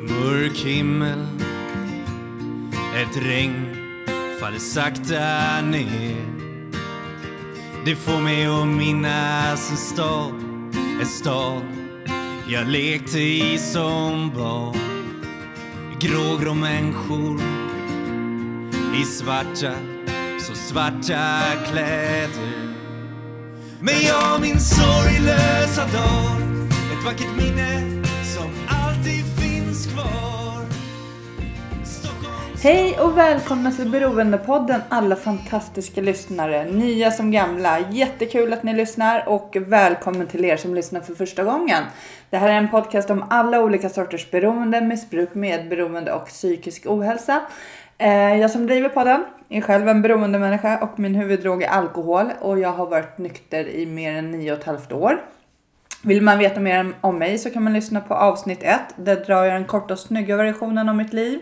Mörk himmel, ett regn faller sakta ner. Det får mig att minnas en stad jag lekte i som barn. Grågrå människor i så svarta kläder. Men jag min sorglösa dag, ett vackert minne som alltid finns kvar. Hej och välkomna till Beroendepodden alla fantastiska lyssnare, nya som gamla. Jättekul att ni lyssnar och välkommen till er som lyssnar för första gången. Det här är en podcast om alla olika sorters beroende, missbruk, medberoende och psykisk ohälsa. Jag som driver podden är själv en beroendemänniska och min huvuddrog är alkohol och jag har varit nykter i mer än 9,5 år. Vill man veta mer om mig så kan man lyssna på avsnitt 1. Där drar jag den korta och snygga versionen av mitt liv.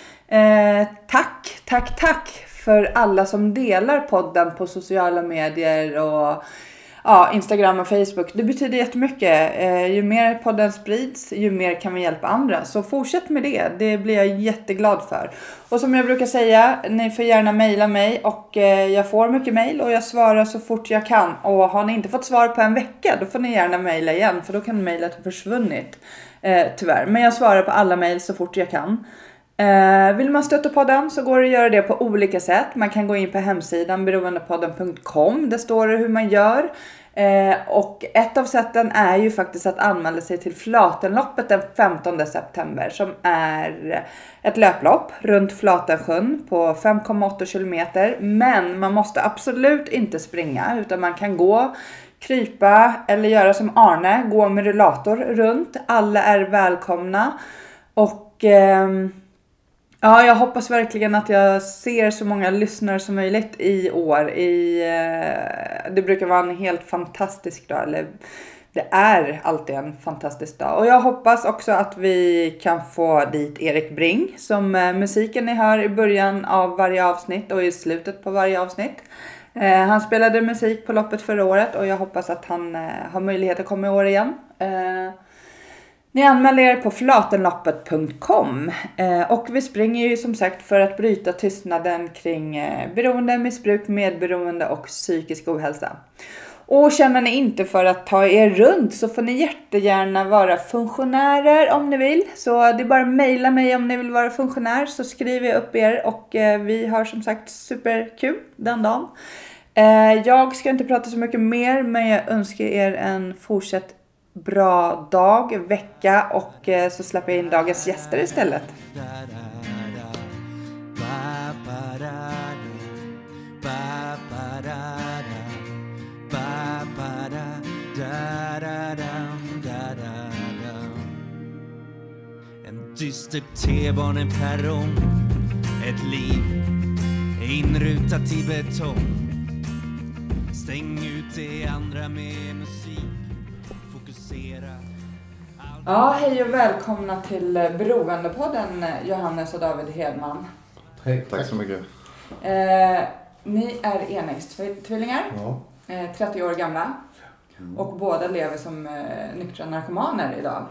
Tack för alla som delar podden på sociala medier och Instagram och Facebook. Det betyder jättemycket. Ju mer podden sprids, ju mer kan vi hjälpa andra. Så fortsätt med det. Det blir jag jätteglad för. Och som jag brukar säga, ni får gärna mejla mig. Och jag får mycket mejl och jag svarar så fort jag kan. Och har ni inte fått svar på en vecka, då får ni gärna mejla igen. För då kan mejlet ha försvunnit. Tyvärr. Men jag svarar på alla mejl så fort jag kan. Vill man stötta podden så går det att göra det på olika sätt. Man kan gå in på hemsidan beroendepodden.com. Där står det hur man gör. Och ett av sätten är ju faktiskt att anmäla sig till Flatenloppet den 15 september. Som är ett löplopp runt Flatensjön på 5,8 kilometer. Men man måste absolut inte springa utan man kan gå, krypa eller göra som Arne, gå med rullator runt. Alla är välkomna. Och jag hoppas verkligen att jag ser så många lyssnare som möjligt i år. Det brukar vara en helt fantastisk dag. Eller det är alltid en fantastisk dag. Och jag hoppas också att vi kan få dit Erik Bring. Som musiken ni hör i början av varje avsnitt och i slutet på varje avsnitt. Han spelade musik på loppet förra året. Och jag hoppas att han har möjlighet att komma i år igen. Ni anmäler er på flatenloppet.com och vi springer ju som sagt för att bryta tystnaden kring beroende, missbruk, medberoende och psykisk ohälsa. Och känner ni inte för att ta er runt så får ni jättegärna vara funktionärer om ni vill. Så det är bara att mejla mig om ni vill vara funktionär så skriver jag upp er och vi har som sagt superkul den dagen. Jag ska inte prata så mycket mer men jag önskar er en fortsatt bra dag, vecka och så släpper jag in dagens gäster istället. En dyster T-baneperrong, ett liv inrutat i betong. Stäng ut det andra med musik. Ja, hej och välkomna till Beroendepodden, Johannes och David Hedman. Hej, tack så mycket. Ni är enäggstvillingar, 30 år gamla och båda lever som nyktra narkomaner idag.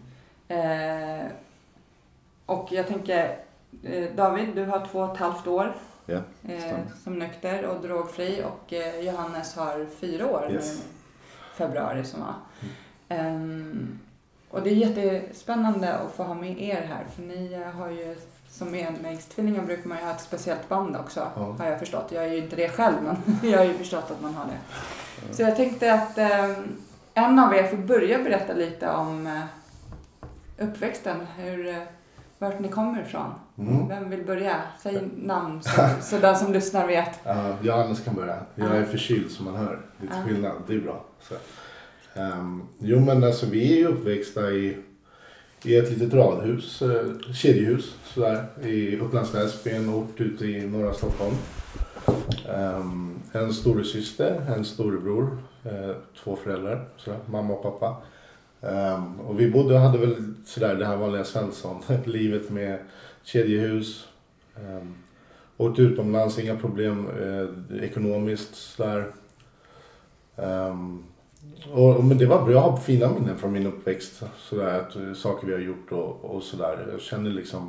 Och jag tänker, David, du har 2,5 år som nykter och drogfri och Johannes har 4 år nu i februari som var. Och det är jättespännande att få ha med er här. För ni har ju, som enäggstvillingar brukar man ju ha ett speciellt band också. Har jag förstått. Jag är ju inte det själv men jag har ju förstått att man har det. Så jag tänkte att en av er får börja berätta lite om uppväxten. Vart ni kommer ifrån. Vem vill börja? Säg namn så den som lyssnar vet. Johannes kan börja. Jag är förkyld som man hör. Lite skillnad. Det är bra. Så. Jo men alltså vi är ju uppväxta i ett litet radhus, kedjehus sådär, i Upplands Väsby, en ort ute i norra Stockholm. En storasyster, en storebror, 2 föräldrar, sådär, mamma och pappa. Och vi hade väl sådär det här vanliga Svensson, livet med kedjehus. Åkte utomlands, inga problem ekonomiskt sådär. Men det var bra. Jag har fina minnen från min uppväxt. Sådär, att saker vi har gjort och sådär. Jag känner liksom...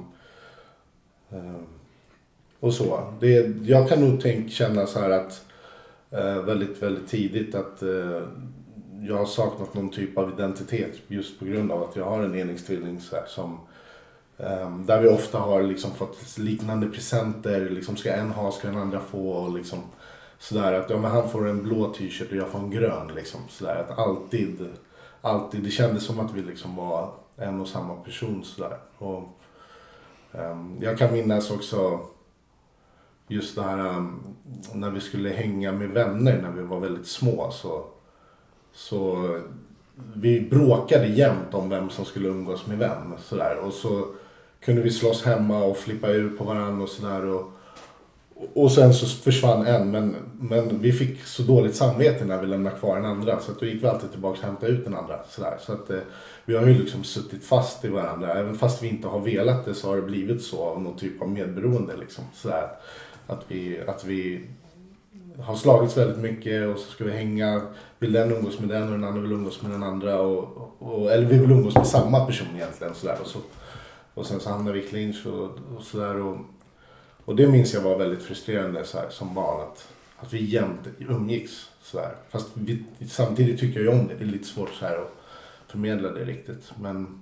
och så. Jag kan nog känna så här att väldigt, väldigt tidigt att jag har saknat någon typ av identitet just på grund av att jag har en enäggstvilling så här, som där vi ofta har liksom fått liknande presenter. Liksom ska en ha, ska den andra få och liksom sådär att men han får en blå t-shirt och jag får en grön liksom sådär att alltid det kändes som att vi liksom var en och samma person sådär. Och jag kan minnas också just det här när vi skulle hänga med vänner när vi var väldigt små så vi bråkade jämt om vem som skulle umgås med vem sådär. Och så kunde vi slåss hemma och flippa ur på varandra och sådär och sen så försvann en men vi fick så dåligt samvete när vi lämnade kvar den andra så att då gick vi alltid tillbaka och hämtade ut den andra sådär. Så att vi har ju liksom suttit fast i varandra även fast vi inte har velat det så har det blivit så av någon typ av medberoende liksom sådär. Att vi har slagits väldigt mycket och så ska vi hänga, vill den umgås med den och den andra vill umgås med den andra eller vi vill umgås med samma person egentligen sådär och sen så hamnar vi i clinch och sådär och det minns jag var väldigt frustrerande så här, som barn att vi jämt umgicks sådär. Fast samtidigt tycker jag ju om det är lite svårt så här att förmedla det riktigt men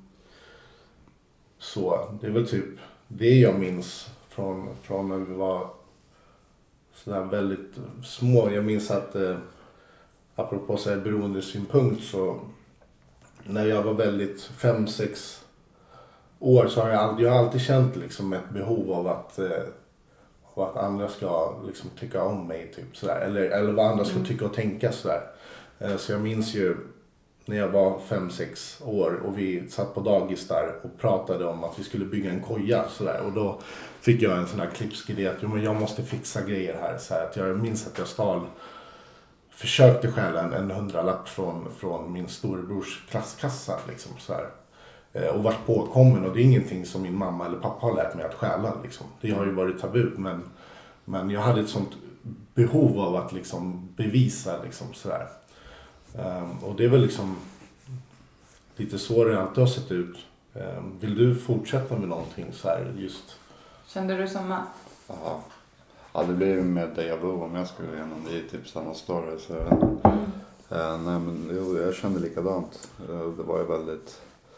så det är väl typ det jag minns från när vi var sådär väldigt små. Jag minns att apropå så här beroendesynpunkt så när jag var väldigt 5-6 år så har jag alltid känt liksom ett behov av att andra ska liksom tycka om mig typ sådär eller vad andra ska tycka och tänka sådär. Så jag minns ju när jag var 5-6 år och vi satt på dagis där och pratade om att vi skulle bygga en koja sådär och då fick jag en sån här klipsk idé att jag måste fixa grejer här så här att jag minns att jag försökte stjäla en 100-lapp från min storebrors klasskassa liksom så här. Och vart påkommen och det är ingenting som min mamma eller pappa har lärt mig att stjäla liksom. Det har ju varit tabu men jag hade ett sånt behov av att liksom bevisa liksom sådär. Och det är väl liksom lite så det alltid har sett ut. Vill du fortsätta med någonting så här just? Kände du samma? Ja, det blir med deja vu om jag skulle igenom det är typ samma story så nej men jag kände likadant. Det var ju väldigt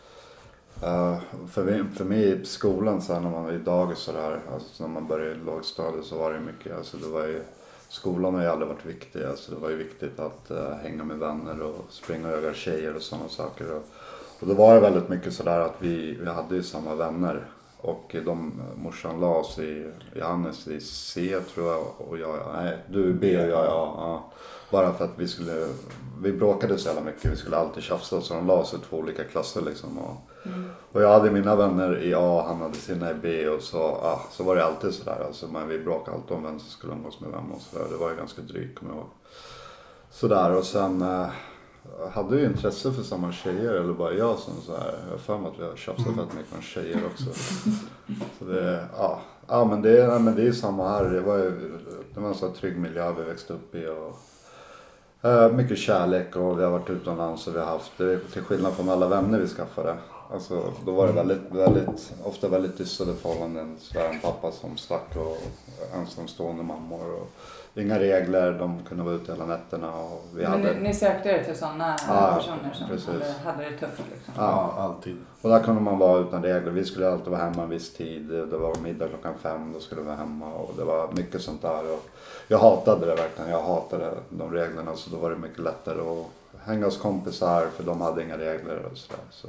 för mig i skolan så här, när man var i dagis så där alltså när man började i lågstadiet så var det mycket alltså det var ju skolan har ju aldrig varit viktig alltså det var ju viktigt att hänga med vänner och springa och öga tjejer och sådana saker och då var det väldigt mycket så där att vi hade ju samma vänner och morsan la oss i Hannes i C tror jag och jag nej du B och jag ja. Bara för att vi bråkade så jävla mycket. Vi skulle alltid tjafsa så de la oss i 2 olika klasser liksom. Och jag hade mina vänner i A, han hade sina i B och så var det alltid sådär. Alltså, men vi bråkade alltid om vem som skulle umgås med vem och sådär. Det var ju ganska drygt kommer jag ihåg. Sådär och sen hade ju intresse för samma tjejer eller bara jag som så här. Jag har för mig att vi har tjafsat fett mycket om tjejer också. Så det, men det är samma här. Det var en sån trygg miljö vi växte upp i och mycket kärlek och vi har varit utomlands och vi har haft det till skillnad från alla vänner vi skaffade. Alltså då var det ofta väldigt dystade förhållanden. Så en pappa som stack och ensamstående mammor och inga regler, de kunde vara ute hela nätterna och ni sökte er till sådana personer som hade det tufft liksom? Ja, alltid. Och där kunde man vara utan regler. Vi skulle alltid vara hemma en viss tid. Det var middag 5:00, då skulle vi vara hemma och det var mycket sånt där. Och jag hatade det verkligen. Jag hatade de reglerna så då var det mycket lättare att hänga hos kompisar för de hade inga regler och sådär. Så,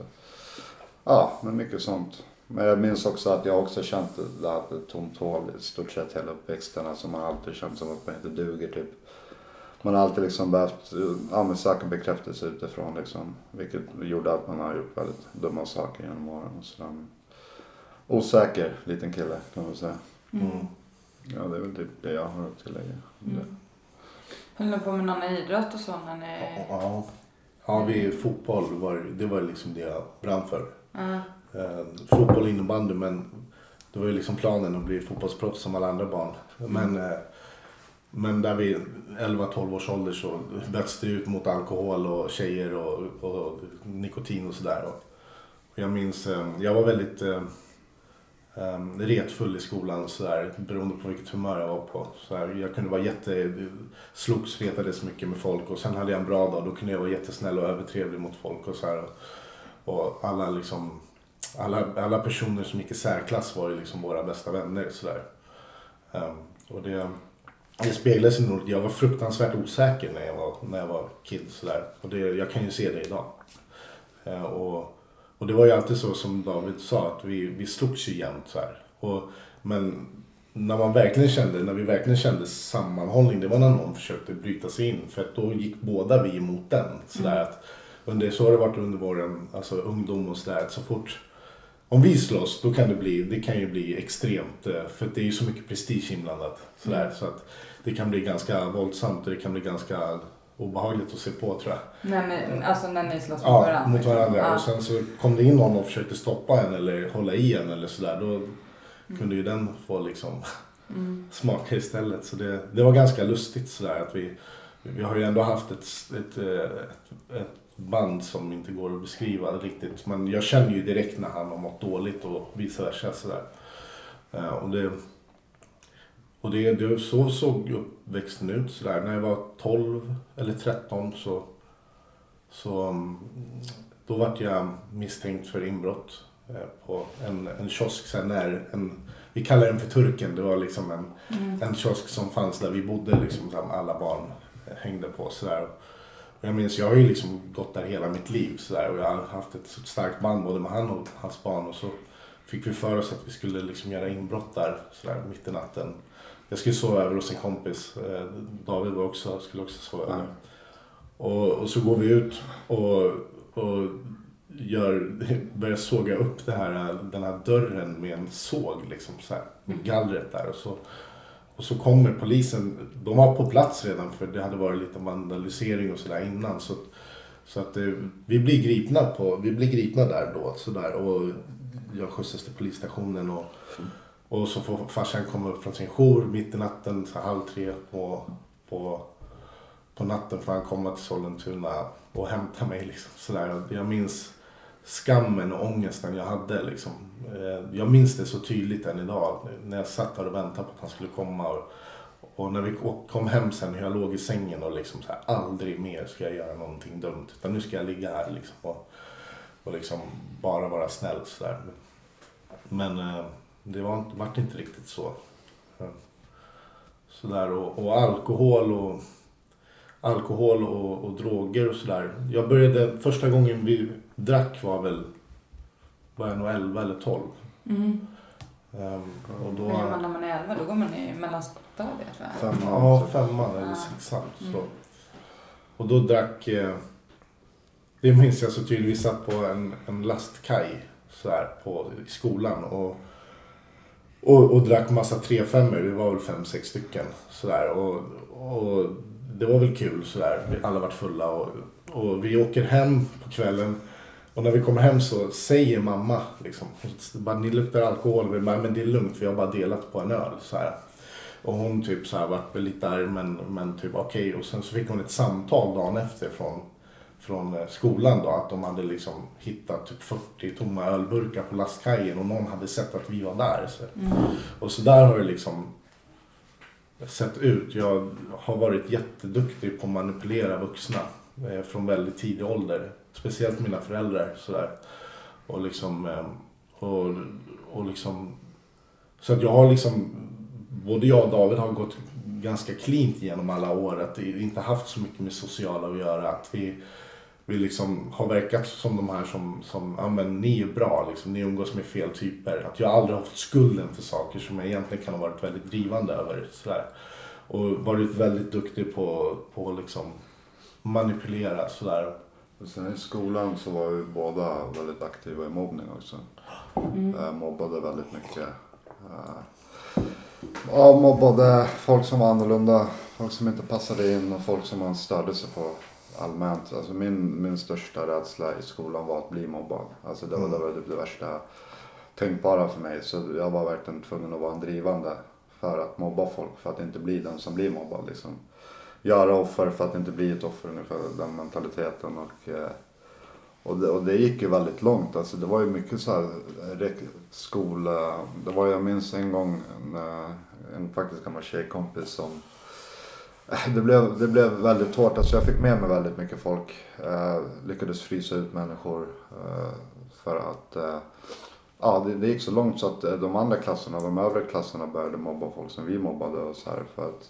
men mycket sånt. Men jag minns också att jag också känt det här tomt hål i stort sett hela uppväxten. Alltså man har alltid känt som att man inte duger typ. Man har alltid liksom behövt söka bekräftelse utifrån liksom. Vilket gjorde att man har gjort väldigt dumma saker genom åren och sådär. Osäker liten kille kan man säga. Ja, det är väl typ det jag har att tillägga. Höll ni på med någon idrott och så när ni... Ja, fotboll det var liksom det jag brann för. Fotboll och innebandy, men det var ju liksom planen att bli fotbollsproffs som alla andra barn. Men Men där vid 11-12 års ålder så böts det ut mot alkohol och tjejer och nikotin och sådär. Och jag minns, jag var väldigt retfull i skolan så där, beroende på vilket humör jag var på. Så där, jag kunde vara slogs, retades mycket med folk och sen hade jag en bra dag, då kunde jag vara jättesnäll och övertrevlig mot folk och så här. Och alla liksom, alla personer som gick i särklass var ju liksom våra bästa vänner så där. Och det speglade sig nog, jag var fruktansvärt osäker när jag var kid så där. Och jag kan ju se det idag. Och det var ju alltid så som David sa, att vi slogs ju jämt så här. Men när vi verkligen kände sammanhållning, det var när någon försökte bryta sig in. För att då gick båda vi emot den. Så där, att så har det varit under våren, alltså ungdom och sådär. Så fort, om vi slåss, då kan det kan ju bli extremt. För det är ju så mycket prestige inblandat. Så att det kan bli ganska våldsamt och det kan bli ganska obehagligt att se på, tror jag. Nej, men, alltså när ni slåss mot varandra? Ja, mot varandra. Ja. Och sen så kom det in någon och försökte stoppa en eller hålla i en eller sådär. Då kunde ju den få liksom smaka istället. Så det var ganska lustigt sådär att vi har ju ändå haft ett band som inte går att beskriva riktigt. Men jag känner ju direkt när han har mått dåligt och vice versa sådär. Så såg uppväxten ut sådär. När jag var 12 eller 13 så då var jag misstänkt för inbrott på en kiosk. Vi kallar den för Turken. Det var liksom en kiosk som fanns där vi bodde liksom, alla barn hängde på sådär. Jag minns, jag har ju liksom gått där hela mitt liv sådär, och jag har haft ett starkt band både med han och hans barn, och så fick vi för oss att vi skulle liksom göra inbrott där sådär mitt i natten. Jag skulle sova över hos en kompis, David skulle också sova över. Och så går vi ut och börjar såga upp den här dörren med en såg liksom så här, med gallret där, och så kommer polisen. De var på plats redan, för det hade varit lite vandalisering och sådär innan, så att vi blir gripna där då så där, och jag skjutsas till polisstationen och så får farsan komma upp från sin jour mitt i natten, så 2:30 på natten, för han komma till Sollentuna och hämta mig liksom sådär. Jag minns skammen och ångesten jag hade liksom. Jag minns det så tydligt än idag, när jag satt där och väntade på att han skulle komma, och när vi kom hem sen, hur jag låg i sängen och liksom så här, aldrig mer ska jag göra någonting dumt, utan nu ska jag ligga här liksom och liksom bara vara snäll så där. Men det vart inte riktigt så. Så där, och alkohol och droger och sådär. Jag började, första gången vi drack var jag nog 11 eller 12. Och då, men när man är 11, då går man i mellanstadiet, va? 5:an eller 6:an. Och då drack, det minns jag så tydligt, vi satt på en lastkaj så här i skolan och drack massa 3-5-er. Vi var väl 5-6 stycken så där, och det var väl kul så där. Vi alla varit fulla och vi åker hem på kvällen, och när vi kommer hem så säger mamma liksom, bara, ni luktar alkohol. Vi bara, men det är lugnt, vi har bara delat på en öl så här. Och hon typ så här var väl lite där, men typ okej. Och sen så fick hon ett samtal dagen efter från skolan då, att de hade liksom hittat typ 40 tomma ölburkar på lastkajen, och någon hade sett att vi var där. Så. Och så där har det liksom sett ut. Jag har varit jätteduktig på att manipulera vuxna från väldigt tidig ålder. Speciellt mina föräldrar så där. Och liksom så att jag har liksom, både jag och David har gått ganska cleant genom alla år, att det inte haft så mycket med sociala att göra, att vi liksom har verkat som de här som ja, men ni är bra liksom, ni umgås med fel typer, att jag aldrig har fått skulden för saker som jag egentligen kan ha varit väldigt drivande över sådär, och varit väldigt duktig på liksom manipulera sådär. Och sen i skolan så var vi båda väldigt aktiva i mobbning också. Mobbade väldigt mycket. Mobbade folk som var annorlunda, folk som inte passade in och folk som man störde sig på allmänt. Alltså min största rädsla i skolan var att bli mobbad. Alltså det var det värsta tänkbara för mig. Så jag var verkligen tvungen att vara en drivande för att mobba folk, för att inte bli den som blir mobbad liksom. Göra offer för att inte bli ett offer, ungefär den mentaliteten. Och det gick ju väldigt långt. Alltså det var ju mycket så här skola. Det var, jag minns en gång en faktiskt gammal tjejkompis som det blev väldigt hårt. Alltså jag fick med mig väldigt mycket folk. Lyckades frysa ut människor för att det gick så långt så att de andra klasserna, de övriga klasserna började mobba folk som vi mobbade och så här, för att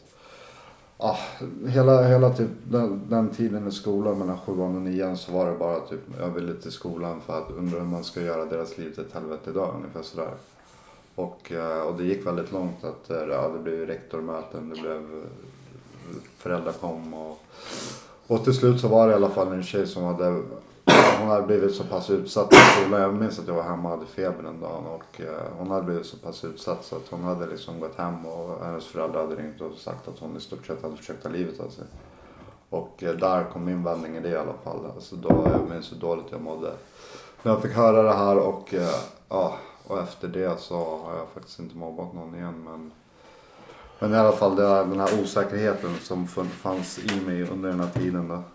hela typ den tiden i skolan mellan 7 och 9 så var det bara typ jag ville till skolan för att undra hur man ska göra deras liv till ett helvete idag, ungefär sådär. Och det gick väldigt långt att det blev rektormöten, det blev föräldrar kom och till slut så var det i alla fall en tjej som hon hade blivit så pass utsatt i skolan. Jag minns att jag var hemma och hade feber en dag och hon hade blivit så pass utsatt så att hon hade liksom gått hem och hennes föräldrar hade ringt och sagt att hon i stort sett hade försökt ta livet av sig. Och där kom min vändning i det i alla fall. Alltså då, jag minns hur dåligt jag mådde. När jag fick höra det här och efter det så har jag faktiskt inte mobbat någon igen. Men i alla fall den här osäkerheten som fanns i mig under den här tiden då.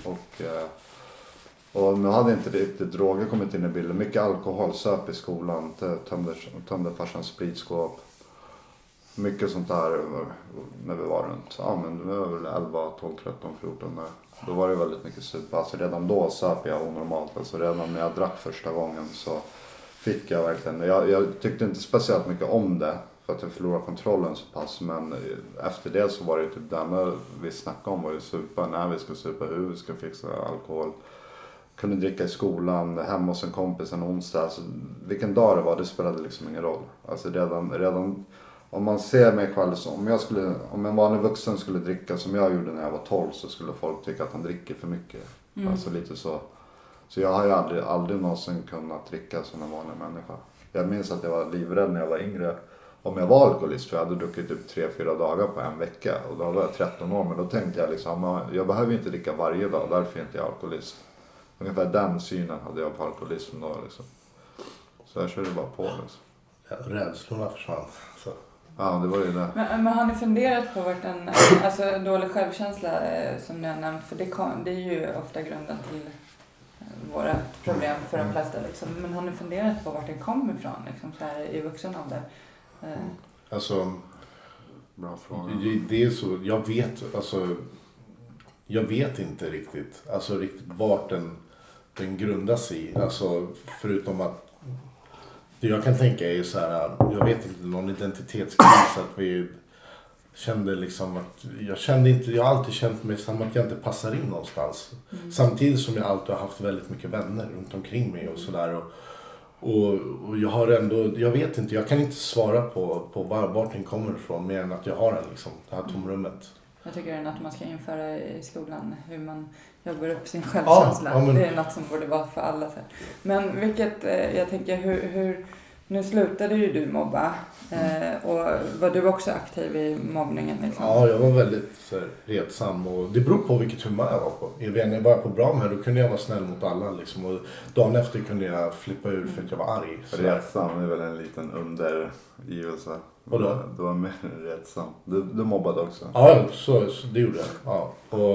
Och nu hade inte riktigt droger kommit in i bilden. Mycket alkohol, söp i skolan, tömde farsans spritskåp. Mycket sånt där när vi var runt. Men vi var väl 11, 12, 13, 14 där. Då var det väldigt mycket sup. Alltså redan då söp jag onormalt. Alltså redan när jag drack första gången så fick jag verkligen. Jag tyckte inte speciellt mycket om det. För att jag förlorade kontrollen så pass. Men efter det så var det typ det vi snackade om var ju supa. När vi ska supa, hur vi ska fixa alkohol. Kunde dricka i skolan, hemma hos en kompis en onsdag. Alltså, vilken dag det var, det spelade liksom ingen roll. Alltså redan om man ser mig själv som om en vanlig vuxen skulle dricka som jag gjorde när jag var 12 så skulle folk tycka att han dricker för mycket. Alltså lite så. Så jag har ju aldrig någonsin kunnat dricka som en vanlig människa. Jag minns att jag var livrädd när jag var yngre. Om jag var alkoholist, för jag hade druckit typ 3-4 dagar på en vecka. Och då var jag 13 år, men då tänkte jag liksom, jag behöver inte dricka varje dag, därför är inte jag alkoholist. Ungefär den synen hade jag på alkoholism då liksom. Så jag körde bara på liksom. Ja, rädslorna försvann. Så. Ja, det var ju det. Men har ni funderat på vart dålig självkänsla som ni har nämnt? För det är ju ofta grunden till våra problem för de flesta liksom. Men har ni funderat på vart den kommer ifrån liksom, så här, i vuxen ålder? Alltså, bra fråga. Det är så, jag vet inte riktigt vart den grundas i. Alltså förutom att det jag kan tänka är så här, jag vet inte, någon identitetskris att vi kände liksom att jag har alltid känt mig som att jag inte passar in någonstans. Samtidigt som jag alltid har haft väldigt mycket vänner runt omkring mig och sådär. Och jag har ändå, jag vet inte, jag kan inte svara på vart den kommer ifrån mer än att jag har det här tomrummet. Jag tycker det är något man ska införa i skolan, hur man jobbar upp sin självkänsla. Ja, det är något som borde vara för alla. Men jag tänker, hur nu slutade ju du mobba och var du också aktiv i mobbningen? Liksom? Ja, jag var väldigt retsam och det beror på vilket humör jag var på. När jag var på bra med då kunde jag vara snäll mot alla liksom, och dagen efter kunde jag flippa ur för att jag var arg. Retsam är väl en liten undergivelse. Vadå? Du var mer retsam. Du mobbade också. Ja, så det gjorde jag. Ja.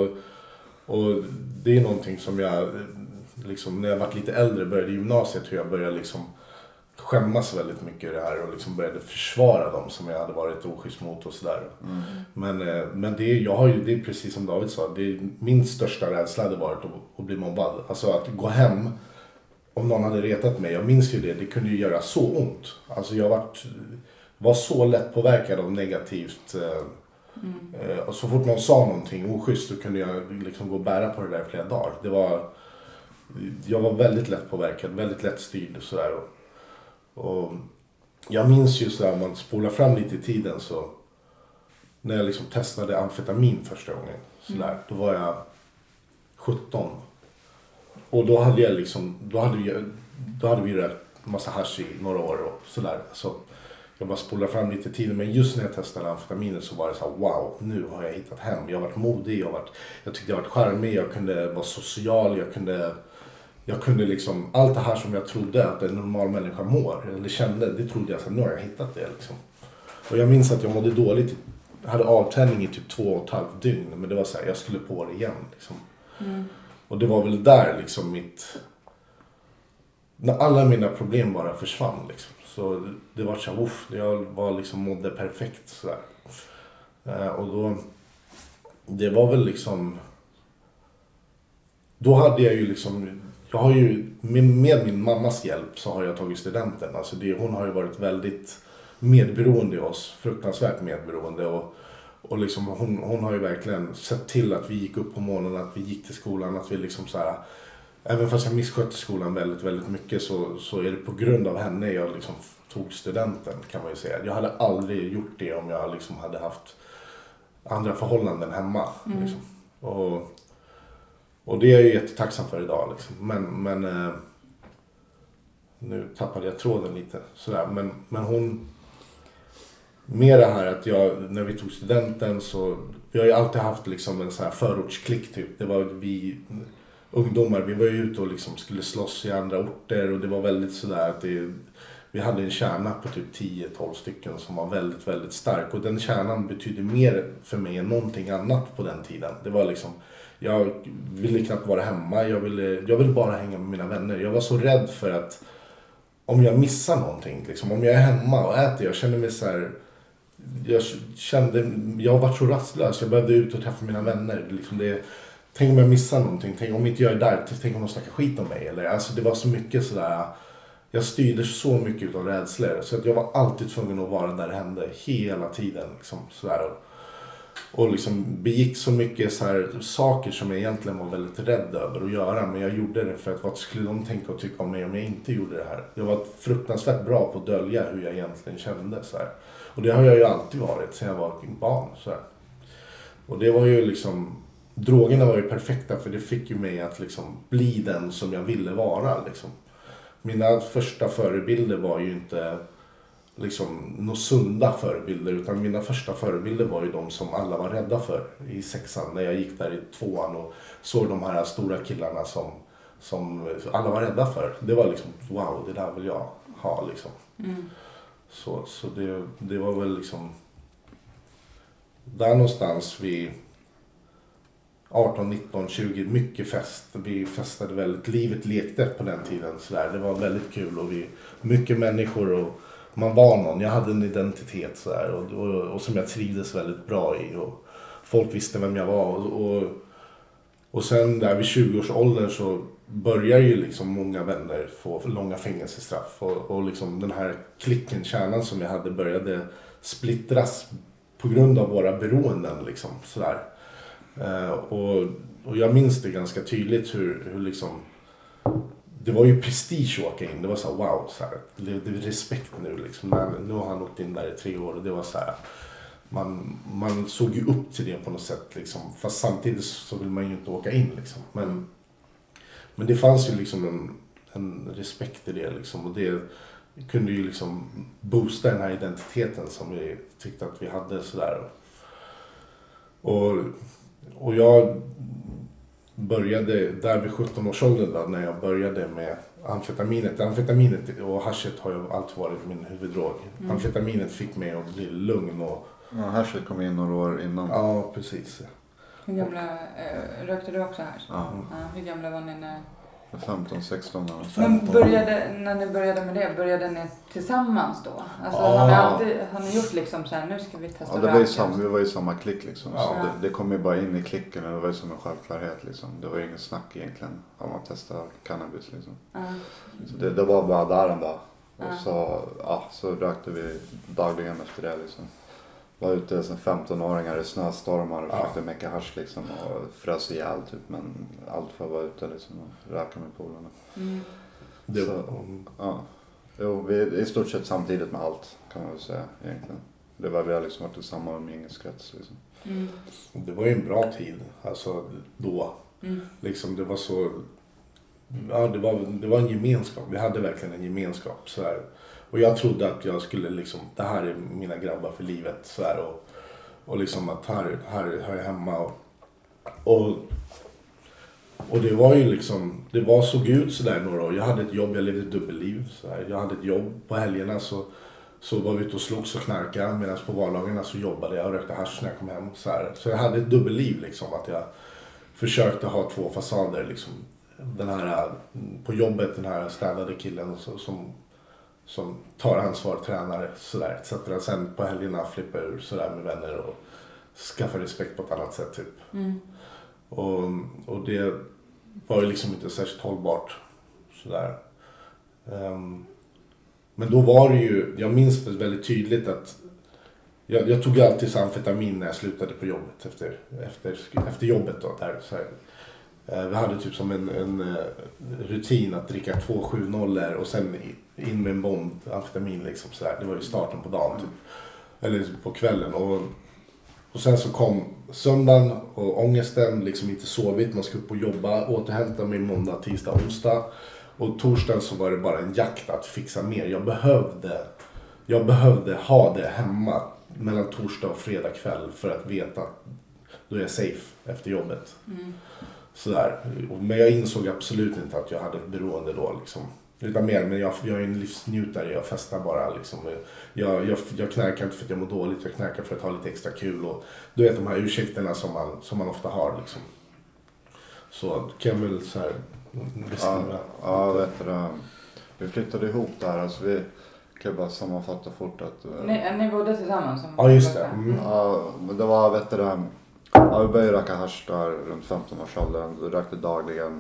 Och det är någonting som jag liksom, när jag var lite äldre, började i gymnasiet, hur jag började liksom skämmas väldigt mycket i det här och liksom började försvara dem som jag hade varit oschysst mot och sådär. Men det är precis som David sa, min största rädsla hade varit att bli mobbad. Alltså att gå hem, om någon hade retat mig, jag minns ju det kunde ju göra så ont. Alltså jag var så lätt påverkad av negativt. Och så fort någon sa någonting oschysst så kunde jag liksom gå och bära på det där flera dagar. Jag var väldigt lätt påverkad, väldigt lätt styrd och sådär. Och jag minns ju sådär, om man spolar fram lite i tiden så när jag liksom testade amfetamin första gången sådär, då var jag 17. Och då hade jag liksom, då hade vi rökt massa hasch i några år och sådär. Så jag bara spolar fram lite i tiden, men just när jag testade amfetamin så var det så här: wow, nu har jag hittat hem. Jag har varit modig, jag tyckte jag var charmig, jag kunde vara social, jag kunde liksom, allt det här som jag trodde att en normal människa mår eller kände, det trodde jag så nu har jag hittat det liksom. Och jag minns att jag mådde dåligt. Jag hade avtändning i typ 2,5 dygn. Men det var så här, jag skulle på det igen liksom. Och det var väl där liksom när alla mina problem bara försvann liksom. Så det var så här, jag var liksom mådde perfekt så där. Och då, det var väl liksom, då hade jag ju liksom, jag har ju med min mammas hjälp så har jag tagit studenten. Alltså hon har ju varit väldigt medberoende i oss, fruktansvärt medberoende och liksom hon har ju verkligen sett till att vi gick upp på morgonen, att vi gick till skolan, att vi liksom så här, även fast jag misskötte skolan väldigt, väldigt mycket så är det på grund av henne jag liksom tog studenten, kan man ju säga. Jag hade aldrig gjort det om jag liksom hade haft andra förhållanden hemma. Liksom. Och det är jag ju jättetacksam för idag. Liksom. Men nu tappade jag tråden lite. Sådär. Men hon, med det här att när vi tog studenten så, vi har ju alltid haft liksom en sån här förortsklick typ. Det var vi ungdomar, vi var ju ute och liksom skulle slåss i andra orter och det var väldigt sådär att vi hade en kärna på typ 10-12 stycken som var väldigt, väldigt stark. Och den kärnan betydde mer för mig än någonting annat på den tiden. Det var liksom, jag ville knappt vara hemma, jag ville bara hänga med mina vänner. Jag var så rädd för att om jag missar någonting, liksom, om jag är hemma och äter, jag kände mig så här, jag var så rastlös, jag behövde ut och träffa mina vänner. Liksom tänk om jag missar någonting, tänk om inte jag är där, tänk om de snackar skit om mig. Eller, alltså det var så mycket sådär. Jag styrde så mycket av rädslor så att jag var alltid tvungen att vara där det hände hela tiden. Liksom, sådär. Och liksom begick så mycket så här saker som jag egentligen var väldigt rädd över att göra. Men jag gjorde det för att vad skulle de tänka och tycka om mig om jag inte gjorde det här. Jag var fruktansvärt bra på att dölja hur jag egentligen kände. Så här. Och det har jag ju alltid varit sedan jag var barn. Så här. Och det var ju liksom, drogerna var ju perfekta för det fick ju mig att liksom bli den som jag ville vara. Liksom. Mina första förebilder var ju inte liksom några sunda förebilder utan mina första förebilder var ju de som alla var rädda för i 6:an när jag gick där i 2:an och såg de här stora killarna som alla var rädda för. Det var liksom wow, det där vill jag ha liksom. Så det var väl liksom där någonstans vid 18, 19, 20, mycket fest. Vi festade väldigt, livet lekte på den tiden så där. Det var väldigt kul och mycket människor och man var någon. Jag hade en identitet så där och som jag trivdes väldigt bra i och folk visste vem jag var och sen där vid 20-årsåldern så börjar ju liksom många vänner få långa fängelsestraff och liksom den här klicken, kärnan som jag hade började splittras på grund av våra beroenden liksom sådär. Och jag minns det ganska tydligt hur liksom det var ju prestige att åka in. Det var så här, wow, så här, det är respekt nu liksom. Nu har han åkt in där i 3 år och det var så här, man såg ju upp till det på något sätt liksom. Fast samtidigt så vill man ju inte åka in liksom. Men det fanns ju liksom en respekt i det liksom och det kunde ju liksom boosta den här identiteten som vi tyckte att vi hade sådär. Och jag började där vid 17-årsåldern då, när jag började med amfetaminet. Amfetaminet och haschet har ju alltid varit min huvuddrog. Amfetaminet fick mig att bli lugn och... Ja, haschet kom in några år innan. Ja, precis. Hur gamla, rökte du också här? Ja. Hur gamla var ni när... 15-16 år. Men när ni började med det, började ni tillsammans då? Alltså har ni gjort liksom så här, nu ska vi testa vi var ju samma klick liksom. Ja. Så det kom ju bara in i klicken och det var ju som en självklarhet liksom. Det var ju ingen snack egentligen om att testa cannabis liksom. Så det var bara där en dag. Och så rökte vi dagligen efter det liksom. Var ute som 15-åringar i snöstormar och försökte mecka hasch liksom och frös ihjäl typ, men allt för att vara ute liksom och röka med polarna. Vi i stort sett samtidigt med allt kan man väl säga egentligen. Det var vi har liksom varit tillsammans med umgängeskrets liksom. Det var ju en bra tid alltså då. Liksom det var så det var en gemenskap. Vi hade verkligen en gemenskap så här. Och jag trodde att jag skulle liksom, det här är mina grabbar för livet så här, och liksom att här är jag hemma och det var ju liksom, det var såg ut så där några år. Jag hade ett jobb, jag levde ett dubbelliv så här. Jag hade ett jobb på helgerna så så var vi ute och slogs och knarkade, medan på vardagarna så jobbade jag och rökte hasch när jag kom hem. Så jag hade ett dubbelliv liksom, att jag försökte ha 2 fasader liksom. Den här på jobbet, den här städade killen som tar ansvar, tränar sådär, etc. Sen på helgerna flippar ur sådär med vänner och skaffar respekt på ett annat sätt typ. Och det var ju liksom inte särskilt hållbart sådär. Men då var det ju, jag minns det väldigt tydligt att jag tog alltid amfetamin när jag slutade på jobbet efter jobbet då, där så här. Vi hade typ som en rutin att dricka 2 7-0 och sen in med en bomb amfetamin liksom så här. Det var ju starten på dagen typ. Eller på kvällen och sen så kom söndagen och ångesten, liksom inte sovit, man skulle upp och jobba, återhämta mig måndag, tisdag, onsdag. Och torsdagen så var det bara en jakt att fixa mer. Jag behövde ha det hemma mellan torsdag och fredag kväll för att veta att då är jag safe efter jobbet. Sådär. Men jag insåg absolut inte att jag hade ett beroende då liksom. Utan mer, men jag är en livsnjutare, jag festar bara liksom. Jag knarkar inte för att jag mår dåligt, jag knarkar för att ha lite extra kul. Och du vet de här ursäkterna som man ofta har liksom. Så kan jag väl så här beskriva. Ja, vet du det. Vi flyttade ihop där, alltså vi kan bara sammanfatta fort att... Ni bodde tillsammans? Ja, just det. Ja, men det var, vet du det. Ja, vi började röka hasch där runt 15-årsåldern, vi rökte dagligen.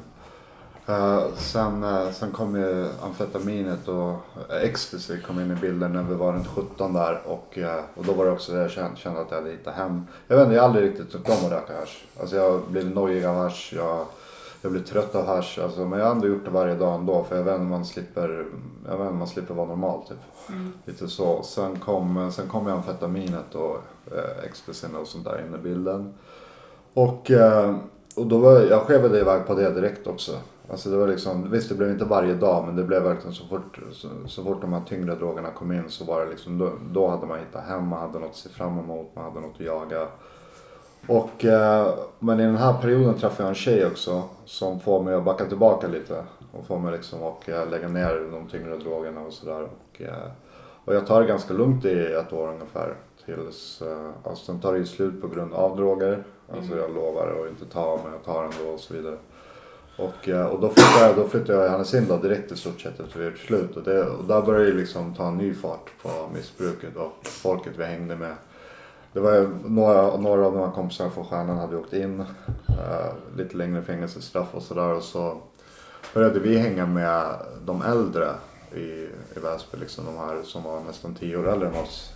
Sen kom ju amfetaminet och ecstasy kom in i bilden när vi var runt 17 där och då var det också det jag kände att jag hade hittat hem. Jag vet inte, jag har aldrig riktigt tyckt om att röka hasch. Alltså jag blev nojig av hasch, jag blev trött av hasch, alltså, men jag har ändå gjort det varje dag ändå för jag vet inte man slipper vara normal typ. Lite så. Sen kom ju amfetaminet och ecstasyn och sånt där in i bilden. Och då var jag skevade iväg på det direkt också. Alltså det var liksom, visst det blev inte varje dag men det blev verkligen så fort de här tyngre drogerna kom in så var det liksom, då hade man hittat hem, man hade något att se fram emot, man hade något att jaga. Och, men i den här perioden träffade jag en tjej också som får mig att backa tillbaka lite och får mig liksom att lägga ner de tyngre drogerna och sådär. Och jag tar det ganska lugnt i 1 år ungefär tills, alltså sen tar det ju slut på grund av droger. Alltså jag lovar att inte ta men jag tar ändå och så vidare. Och då flyttade jag i Härnösand direkt i stort sett efter vi gjort slut. Och där började jag liksom ta en ny fart på missbruket och folket vi hängde med. Det var några av de här kompisarna från Stjärnan hade åkt in, lite längre fängelsestraff och sådär. Och så började vi hänga med de äldre i Väsby, liksom de här som var nästan 10 år äldre än oss.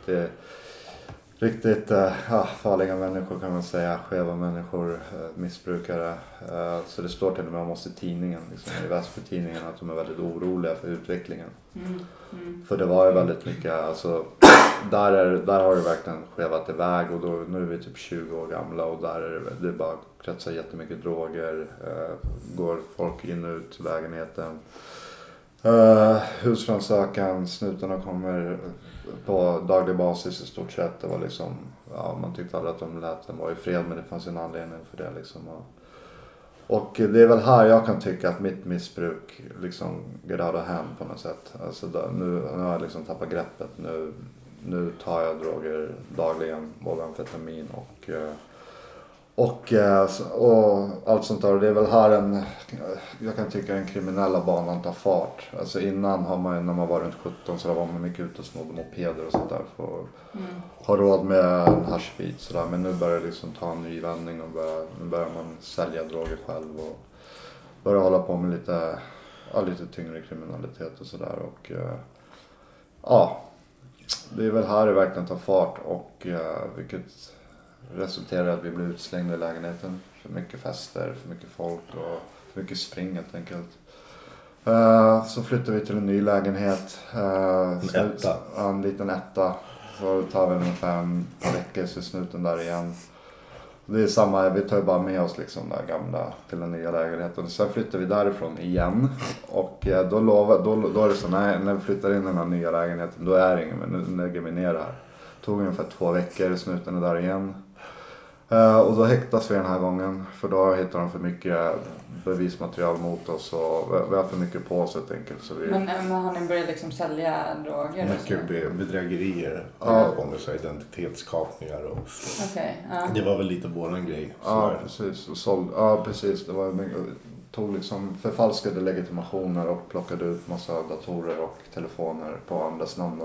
Riktigt farliga människor kan man säga, skeva människor, missbrukare. Så det står till och med om oss i tidningen, liksom, i Väsby-tidningen, att de är väldigt oroliga för utvecklingen. För det var ju väldigt mycket, alltså, där har det verkligen skevat iväg och då, nu är vi typ 20 år gamla och där är det bara kretsar jättemycket droger, går folk in och ut i lägenheten. Husrannsakan, snutarna kommer på daglig basis i stort sett. Det var liksom, man tyckte aldrig att de lät dem vara i fred men det fanns en anledning för det liksom. Och det är väl här jag kan tycka att mitt missbruk liksom går out of hand på något sätt. Alltså nu har jag liksom tappat greppet. Nu tar jag droger dagligen, både amfetamin och allt sånt där. Det är väl här jag kan tycka den kriminella banan tar fart. Alltså innan har man, när man var runt 17 så var man mycket ute och snodde mopeder och sånt där för att ha råd med en hashbit sådär. Men nu börjar det liksom ta en ny vändning och nu börjar man sälja droger själv och börja hålla på med lite tyngre kriminalitet och sådär. Och det är väl här det verkligen tar fart och vilket resulterar i att vi blir utslängda i lägenheten. För mycket fester, för mycket folk och för mycket spring helt enkelt. Så flyttar vi till en ny lägenhet. En liten etta. Så tar vi ungefär en par veckor så snuten där igen. Det är samma, vi tar bara med oss liksom där gamla till den nya lägenheten. Sen flyttar vi därifrån igen. Och då är det så, när vi flyttar in i den här nya lägenheten då är det ingen, men nu lägger vi ner det här. Tog ungefär 2 veckor, snuten är där igen. Och då häktas vi den här gången. För då hittar de för mycket bevismaterial mot oss. Och vi har för mycket på oss helt enkelt. Så Men har ni börjat liksom sälja droger? Mycket bedrägerier. Så identitetskapningar och det var väl lite våran grej. Ja, precis. Precis. Det var tog liksom förfalskade legitimationer och plockade ut massa datorer och telefoner på andras namn.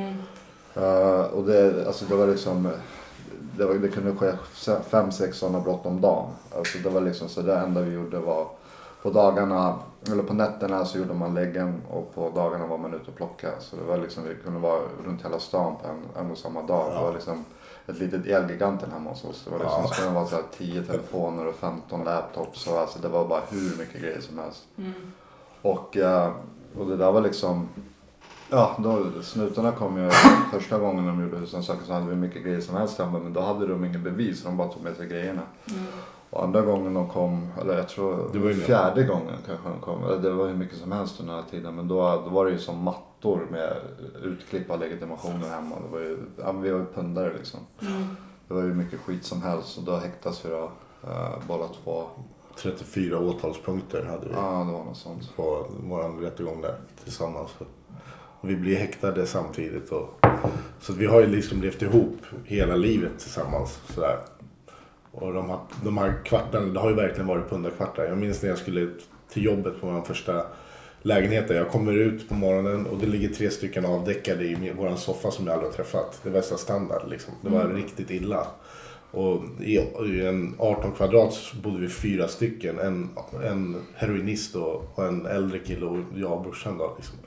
Och det var liksom det kunde ske 5-6 sådana brott om dagen. Alltså det var liksom så det enda vi gjorde var på dagarna eller på nätterna så gjorde man läggen och på dagarna var man ute och plockade. Så det var liksom vi kunde vara runt hela stan på en och samma dag. Det var liksom ett litet elgiganten hemma hos oss. Det var liksom skulle vara så här 10 telefoner och 15 laptops och alltså det var bara hur mycket grejer som helst. Och det där var liksom då snutarna kom ju första gången de gjorde sådana saker så hade vi mycket grejer som helst hemma men då hade de ingen bevis så de bara tog med sig grejerna. Och andra gången de kom, eller jag tror det var fjärde gången kanske de kom, eller det var hur mycket som helst under den här tiden men då var det ju som mattor med utklippade legitimationer hemma. Det var ju, vi var ju pundare liksom. Det var ju mycket skit som helst och då häktas vi då båda två. 34 åtalspunkter hade vi. Ja, det var något sånt. På vår rättegång där tillsammans. Och vi blir häktade samtidigt. Så vi har ju liksom levt ihop hela livet tillsammans. Sådär. Och de här kvartarna, det har ju verkligen varit pundarkvartar. Jag minns när jag skulle till jobbet på vår första lägenhet. Jag kommer ut på morgonen och det ligger 3 stycken avdäckade i våran soffa som jag aldrig har träffat. Det var så standard liksom. Det var riktigt illa. Och i en 18 kvadrat bodde vi 4 stycken. En heroinist och en äldre kille och jag och brorsan då liksom.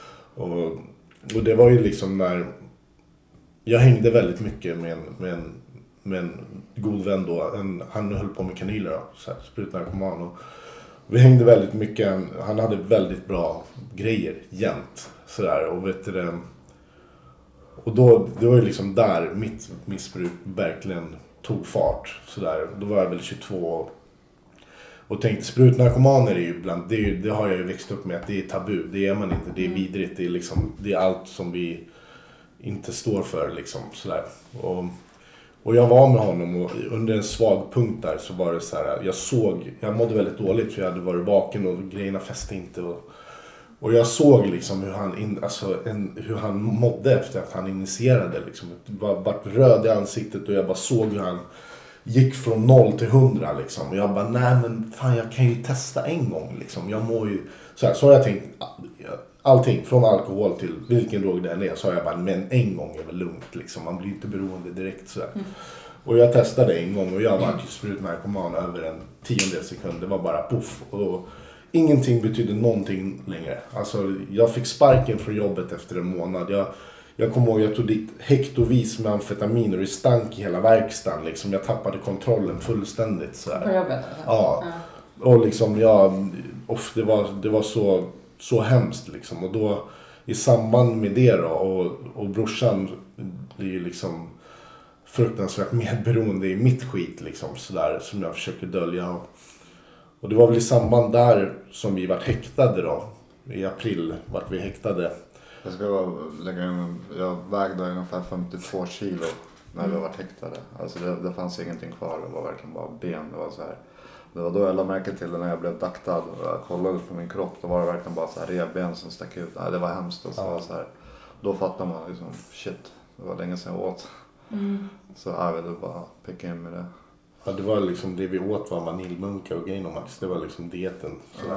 Och det var ju liksom när jag hängde väldigt mycket med en god vän då. Han höll på med kanyler då, så här, sprutnarkoman. Och vi hängde väldigt mycket. Han hade väldigt bra grejer jämt. Sådär, och vet du det. Och då, det var ju liksom där mitt missbruk verkligen tog fart. Sådär. Då var jag väl 22 och tänkte sprutnarkomaner är ju bland, det har jag ju växt upp med att det är tabu. Det är man inte, det är vidrigt. Det är liksom, det är allt som vi inte står för liksom sådär. Och jag var med honom och under en svag punkt där så var det så här, jag mådde väldigt dåligt för jag hade varit vaken och grejerna fäste inte och jag såg liksom hur han mådde efter att han initierade liksom. Vart röd i ansiktet och jag bara såg hur han gick från 0 till 100 liksom. Och jag bara, nej men fan jag kan ju testa en gång liksom. Jag mår ju, så har jag tänkt, allting från alkohol till vilken drog det än är. Så har jag bara, men en gång är väl lugnt liksom. Man blir inte beroende direkt sådär. Och jag testade en gång och jag var ju sprutnarkoman över en 10:e sekund. Det var bara puff och ingenting betydde någonting längre. Alltså jag fick sparken från jobbet efter en månad. Jag kommer ihåg, jag tog dit hektovis med amfetamin och det stank i hela verkstaden. Liksom. Jag tappade kontrollen fullständigt. Så här. På jobbet? Ja. Och liksom, det var så hemskt. Liksom. Och då i samband med det då, och brorsan är ju liksom fruktansvärt medberoende i mitt skit. Liksom, så där, som jag försöker dölja. Och det var väl i samband där som vi var häktade då. I april vart vi häktade. Jag ska lägga in, jag vägde ungefär 52 kilo när vi var häktade. Alltså det fanns ingenting kvar, det var verkligen bara ben. Det var så här. Det var då jag lade märke till det när jag blev daktad och jag kollade på min kropp. Då var det verkligen bara så här revben som stack ut. Nej, det var hemskt. Och så här. Då fattar man liksom, shit, det var länge sedan jag åt. Så jag ville bara picka in med det. Ja, det var liksom det vi åt var vaniljmunka och Gainomax. Det var liksom dieten.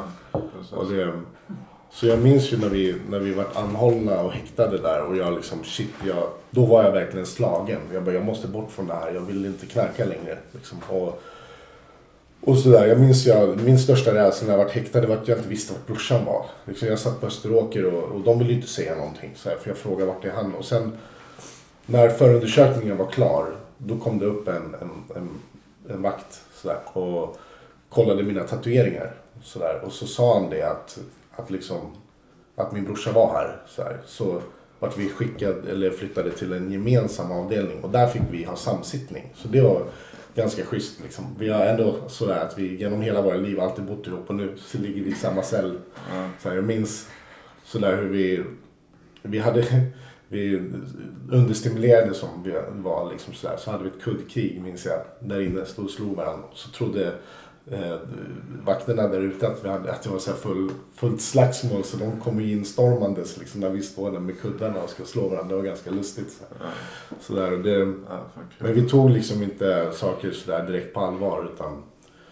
Så jag minns ju när vi var anhållna och häktade där och jag liksom då var jag verkligen slagen. Jag måste bort från det här. Jag vill inte knarka längre liksom. Och sådär. Jag minns min största rädsla när jag var häktad var att jag inte visste vart brorsan var. Liksom jag satt på Österåker och de ville inte säga någonting så här, för jag frågade vart är han. Och sen när förundersökningen var klar då kom det upp en vakt så där, och kollade mina tatueringar så där, och så sa han det att min brorsa var här så vart vi flyttade till en gemensam avdelning och där fick vi ha samsittning. Så det var ganska schysst liksom. Vi har ändå så där att vi genom hela våra liv alltid bott ihop och nu så ligger vi i samma cell. Så här, jag minns så där hur vi hade vi understimulerade som vi var liksom sådär. Så hade vi ett kuddkrig minns jag. Där inne stod och slog varandra. Så trodde vakterna där ute att det var så här fullt slagsmål. Så de kom in stormandes liksom, när vi står där med kuddarna och ska slå varandra. Det var ganska lustigt. Så där, men vi tog liksom inte saker sådär direkt på allvar. Utan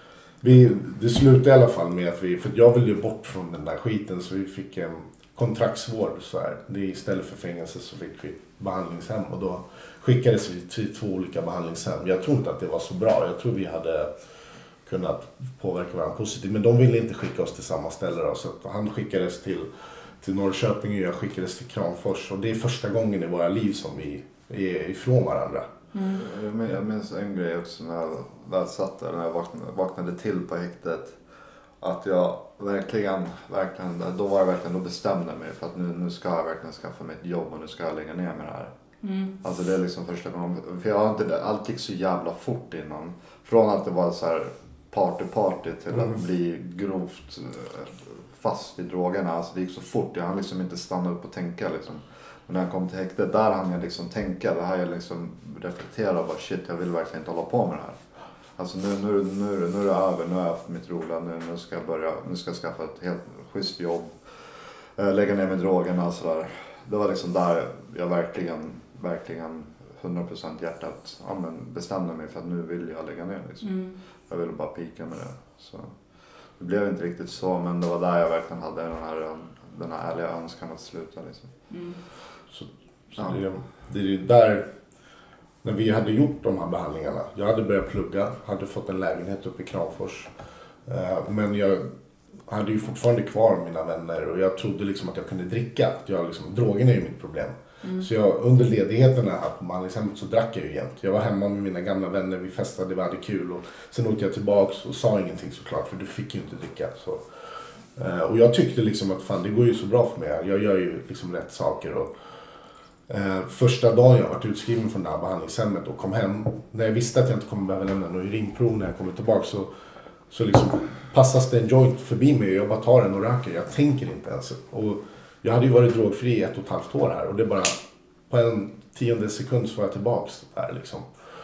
det slutade i alla fall med att för jag ville ju bort från den där skiten. Så vi fick en kontraktsvård så här. Det istället för fängelse så fick vi behandlingshem. Och då skickades vi till 2 olika behandlingshem. Jag tror inte att det var så bra. Jag tror vi hade kunnat påverka varandra positivt. Men de ville inte skicka oss till samma ställe då. Så att han skickades till Norrköping och jag skickades till Kramfors. Och det är första gången i våra liv som vi är ifrån varandra. Jag minns en grej också när jag satt där, när jag vaknade till på häktet. Att jag verkligen, då var jag verkligen, då bestämde mig för att nu ska jag verkligen skaffa mig ett jobb och nu ska jag lägga ner mig det här. Alltså det är liksom första gången, för jag har inte, allt gick så jävla fort innan. Från att det var så här party till att bli grovt fast i drogerna. Alltså det gick så fort, jag hann liksom inte stanna upp och tänka liksom. Men när jag kom till häktet, där hann jag liksom tänka, det här jag liksom reflektera bara shit, jag vill verkligen inte hålla på med det här. Alltså nu är det över, nu har jag haft mitt roliga, nu ska jag skaffa ett helt schysst jobb, lägga ner med drogerna och sådär. Det var liksom där jag verkligen 100% hjärtat bestämde mig för att nu vill jag lägga ner liksom. Jag ville bara pika med det. Så det blev inte riktigt så, men det var där jag verkligen hade den här ärliga önskan att sluta liksom. Så det är ju där, när vi hade gjort de här behandlingarna. Jag hade börjat plugga, hade fått en lägenhet uppe i Kramfors. Men jag hade ju fortfarande kvar mina vänner och jag trodde liksom att jag kunde dricka. Drogen är ju mitt problem. Så under ledigheterna på behandlingshemmet så drack jag ju jämt. Jag var hemma med mina gamla vänner, vi festade, vi hade kul. Och sen åkte jag tillbaks och sa ingenting såklart, för du fick ju inte dricka. Så. Och jag tyckte liksom att fan, det går ju så bra för mig. Jag gör ju liksom rätt saker. Och, första dagen jag varit utskriven från det här behandlingshemmet och kom hem. När jag visste att jag inte kommer behöva lämna någon urinprov när jag kommer tillbaka så liksom passas det en joint förbi mig och jag bara tar den och röker. Jag tänker inte ens. Och jag hade ju varit drogfri i 1,5 år här och det bara på en 10:e sekund så var jag tillbaks där liksom.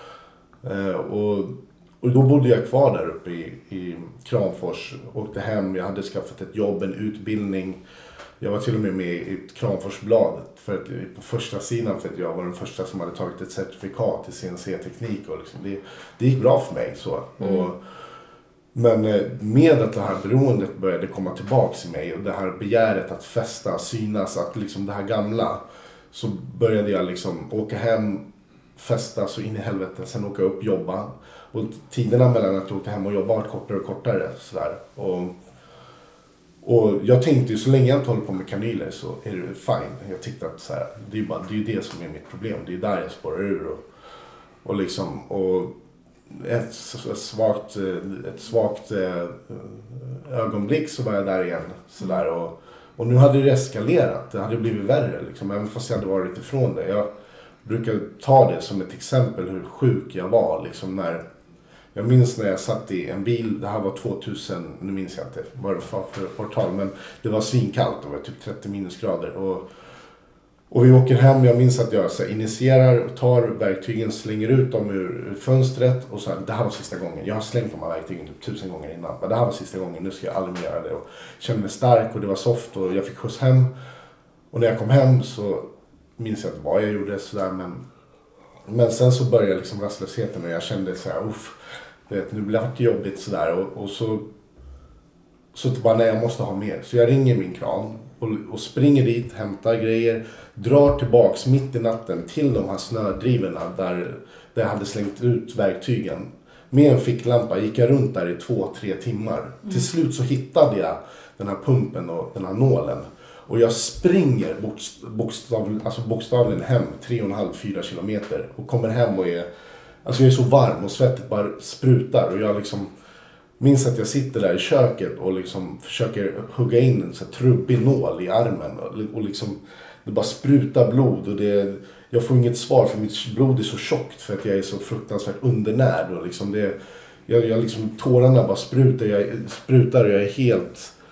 Och då bodde jag kvar där uppe i Kramfors, åkte hem, jag hade skaffat ett jobb, en utbildning. Jag var till och med i Kramforsbladet på första sidan för att jag var den första som hade tagit ett certifikat i CNC-teknik och liksom det gick bra för mig så. Men med att det här beroendet började komma tillbaks i mig och det här begäret att festa, synas, att liksom det här gamla, så började jag liksom åka hem, festa så in i helvete, sen åka upp, jobba. Och tiderna mellan att jag åkte hem och jobba var kortare och kortare sådär. Och jag tänkte ju så länge jag inte håller på med kanyler så är det fine. Jag tyckte att så här, det är ju det som är mitt problem. Det är där jag spårar ur och liksom ett svagt ögonblick så var jag där igen sådär och nu hade det eskalerat. Det hade blivit värre liksom, även fast jag hade varit ifrån det. Jag brukar ta det som ett exempel hur sjuk jag var liksom när jag minns när jag satt i en bil, det här var 2000, nu minns jag inte vad det var för årtal, men det var svinkallt, det var typ 30 minusgrader och vi åker hem, jag minns att jag så här, initierar, tar verktygen, slänger ut dem ur fönstret och så här, det här var sista gången, jag har slängt de här verktygen typ 1000 gånger innan, men det här var sista gången, nu ska jag aldrig mer göra det och kände mig stark och det var soft och jag fick skjuts hem och när jag kom hem så minns jag inte vad jag gjorde sådär, men sen så började liksom rastlösheten och jag kände så här, nu blir det jobbigt sådär och så bara nej, jag måste ha mer. Så jag ringer min kran och springer dit, hämtar grejer, drar tillbaks mitt i natten till de här snödrivorna där jag hade slängt ut verktygen. Med en ficklampa gick jag runt där i 2-3 timmar. Till slut så hittade jag den här pumpen och den här nålen. Och jag springer bokstavligen hem 3,5-4 kilometer och kommer hem och jag är så varm och svettet bara sprutar och jag liksom minns att jag sitter där i köket och liksom försöker hugga in en så trubbig nål i armen och liksom det bara sprutar blod och jag får inget svar för mitt blod är så tjockt för att jag är så fruktansvärt undernärd och liksom jag liksom tårarna bara sprutar och jag är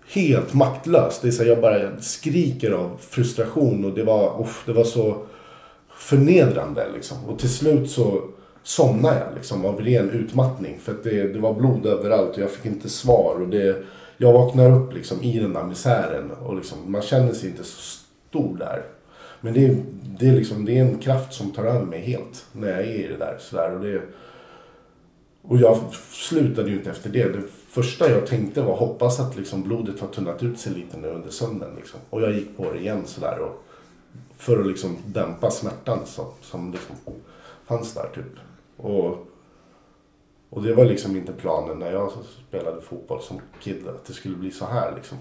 helt maktlös. Det är så här, jag bara skriker av frustration och det var så förnedrande liksom. Och till slut så somnade jag liksom av ren utmattning för att det var blod överallt och jag fick inte svar och jag vaknar upp liksom i den där misären och liksom, man känner sig inte så stor där. Men det är en kraft som tar över mig helt när jag är i det där sådär och jag slutade ju inte efter det. Det första jag tänkte var hoppas att liksom blodet har tunnat ut sig lite nu under sömnen liksom. Och jag gick på det igen sådär och för att liksom dämpa smärtan som liksom fanns där typ. Och det var liksom inte planen när jag spelade fotboll som kid att det skulle bli så här liksom.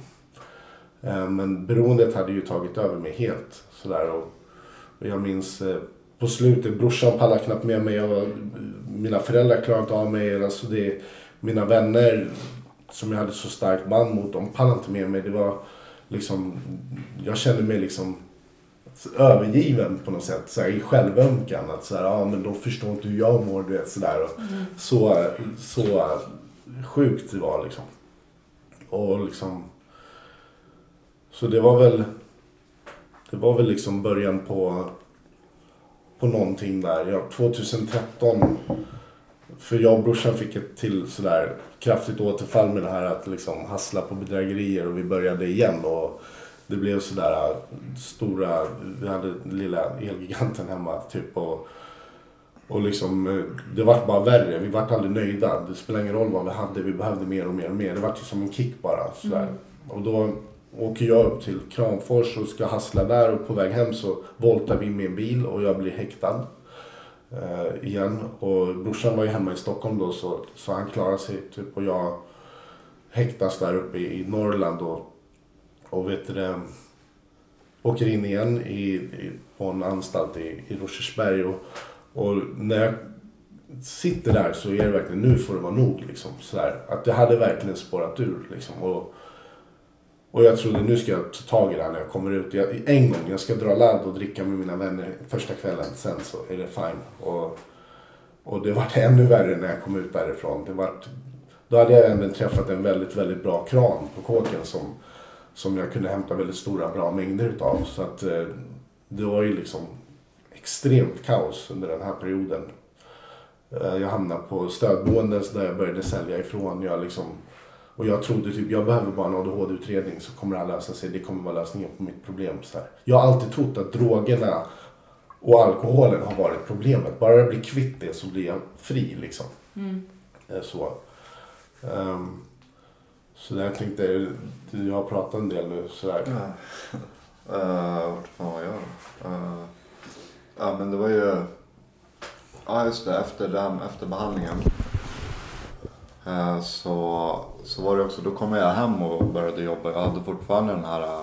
Men beroendet hade ju tagit över mig helt sådär och jag minns på slutet, brorsan pallade knappt med mig mina föräldrar klarade inte av mig, alltså mina vänner som jag hade så starkt band mot, de pallade inte med mig, det var liksom, jag kände mig liksom övergiven på något sätt, så här, i självömkan att så här, men de förstår inte hur jag mår, du vet sådär och så sjukt det var liksom. Och liksom så det var väl liksom början på någonting där. 2013 för jag och brorsan fick ett till sådär kraftigt återfall med det här att liksom hassla på bedrägerier och vi började igen och det blev sådär stora, vi hade lilla Elgiganten hemma typ och liksom det vart bara värre, vi vart aldrig nöjda, det spelar ingen roll vad vi hade, vi behövde mer och mer och mer, det vart ju som en kick bara sådär. Och då åker jag upp till Kramfors och ska hassla där och på väg hem så voltar vi med en bil och jag blir häktad igen och brorsan var ju hemma i Stockholm då så han klarar sig typ och jag häktas där uppe i Norrland och vet du, åker in igen på en anstalt i Rosersberg och när jag sitter där så är det verkligen nu får det vara nog liksom sådär att det hade verkligen spårat ur liksom och jag trodde nu ska jag ta tag i det här när jag kommer ut. Jag ska dra ladd och dricka med mina vänner första kvällen. Sen så är det fine. Och det var ännu värre när jag kom ut därifrån. Då hade jag även träffat en väldigt, väldigt bra kran på kåken som jag kunde hämta väldigt stora, bra mängder utav. Så att det var ju liksom extremt kaos under den här perioden. Jag hamnade på stödboenden där jag började sälja ifrån. Och jag trodde typ, jag behöver bara en ADHD-utredning så kommer det att lösa sig. Det kommer vara lösningen på mitt problem. Så här. Jag har alltid trott att drogerna och alkoholen har varit problemet. Bara jag blir kvitt det så blir jag fri liksom. Så jag tänkte, jag har pratat en del nu sådär. Vart fan var jag då? Ja men det var ju, ja just det, efter behandlingen. Så var det också, då kom jag hem och började jobba. Jag hade fortfarande den här,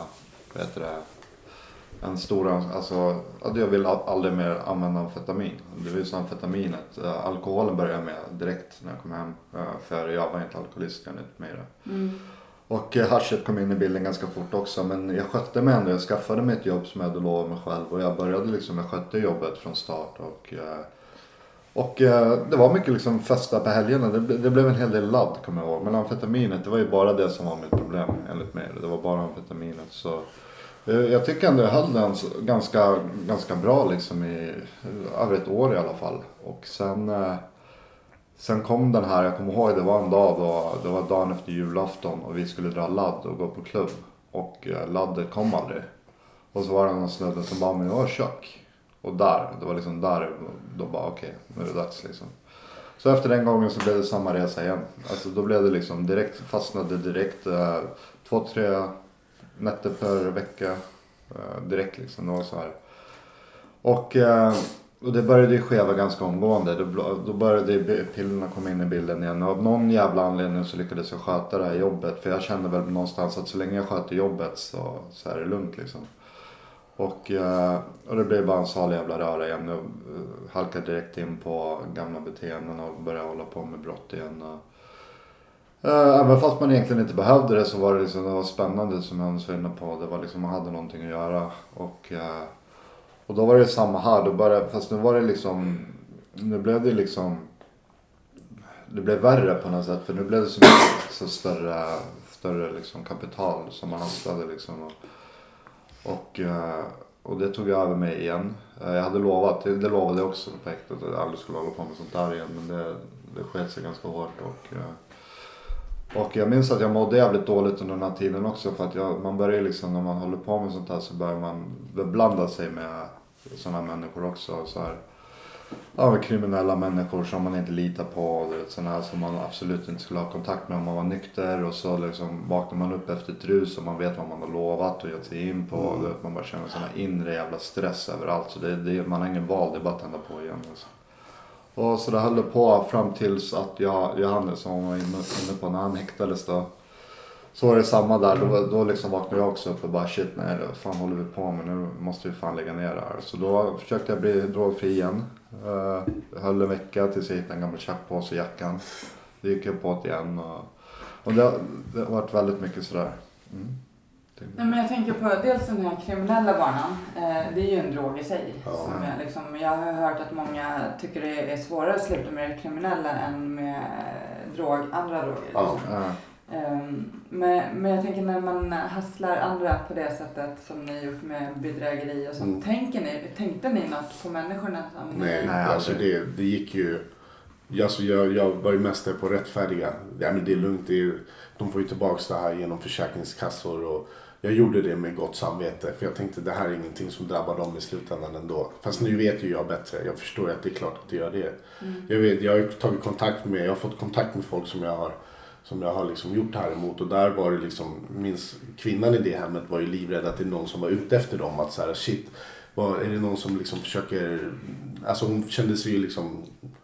en stor, alltså jag ville aldrig mer använda amfetamin. Det var ju så amfetaminet, alkoholen började jag med direkt när jag kom hem. För jag var inte alkoholist, jag inte med det. Och haschet kom in i bilden ganska fort också. Men jag skötte mig ändå, jag skaffade mig ett jobb som jag hade lovat mig själv. Och jag började liksom, jag skötte jobbet från start och det var mycket liksom festa på helgerna. Det blev en hel del ladd kommer jag ihåg. Men amfetaminet, det var ju bara det som var mitt problem enligt mig. Det var bara amfetaminet. Så jag tycker ändå jag höll den ganska bra liksom i över ett år i alla fall. Och sen kom den här, jag kommer ihåg det var en dag då, det var dagen efter julafton. Och vi skulle dra ladd och gå på klubb. Och laddet kom aldrig. Och så var det någon snubbe som bara, men jag har kök. Och det var liksom där, då bara okej, nu är det dags liksom. Så efter den gången så blev det samma resa igen. Alltså då blev det liksom fastnade direkt 2-3 nätter per vecka direkt liksom. Det var så här. Och det började ju skeva ganska omgående. Då började pillerna komma in i bilden igen. Och av någon jävla anledning så lyckades jag sköta det här jobbet. För jag kände väl någonstans att så länge jag sköter jobbet så är det lugnt liksom. Och det blev bara en salig jävla röra igen. Jag halkade direkt in på gamla beteenden och började hålla på med brott igen. Även fast man egentligen inte behövde det så var det liksom, det var spännande som jag var inne på. Det var liksom, man hade någonting att göra. Och då var det samma här. Fast nu var det liksom, nu blev det liksom, det blev värre på något sätt. För nu blev det så större större liksom, kapital som man hade liksom. Och det tog jag över mig igen. Jag hade lovat, det lovade jag också på häktet att jag aldrig skulle hålla på med sånt där igen. Men det sket sig ganska hårt. Och jag minns att jag mådde jävligt dåligt under den här tiden också. För att man börjar liksom, när man håller på med sånt här så börjar man beblanda sig med sådana människor också. Så här, med kriminella människor som man inte litar på. Sådana här som man absolut inte skulle ha kontakt med om man var nykter. Och så liksom vaknar man upp efter ett rus och man vet vad man har lovat och gett sig in på. Man bara känner sån här inre jävla stress överallt. Så man har ingen val, det är bara att tända på igen. Alltså. Och så det höll på fram tills att Johannes som var inne på när han häktades då. Så var det samma där, då liksom vaknade jag också upp och bara shit, nej vad fan håller vi på med, nu måste vi fan lägga ner det här. Så då försökte jag bli drogfri igen. Jag höll en vecka tills jag hittade en gammal tjackpåse i jackan. Det gick jag på det igen och det har varit väldigt mycket sådär. Nej, men jag tänker på dels den här kriminella banan. Det är ju en drog i sig. Som jag har hört att många tycker det är svårare att sluta med det kriminella än med andra droger. Liksom. Men jag tänker när man hasslar andra på det sättet som ni gjort med bedrägeri och sånt. Tänkte ni något på människorna? Nej, alltså det gick ju... Alltså jag var ju mest där på rättfärdiga. Ja, men det är lugnt. De får ju tillbaka det här genom försäkringskassor. Och jag gjorde det med gott samvete. För jag tänkte det här är ingenting som drabbar dem i slutändan ändå. Fast nu vet ju jag bättre. Jag förstår att det är klart att det gör det. Jag har tagit kontakt med... Jag har fått kontakt med folk som jag har liksom gjort det här emot. Och där var det liksom... Minns kvinnan i det hemmet var ju livrädd att det är någon som var ute efter dem. Att så här, shit... Är det någon som liksom försöker... Alltså hon kände sig ju liksom...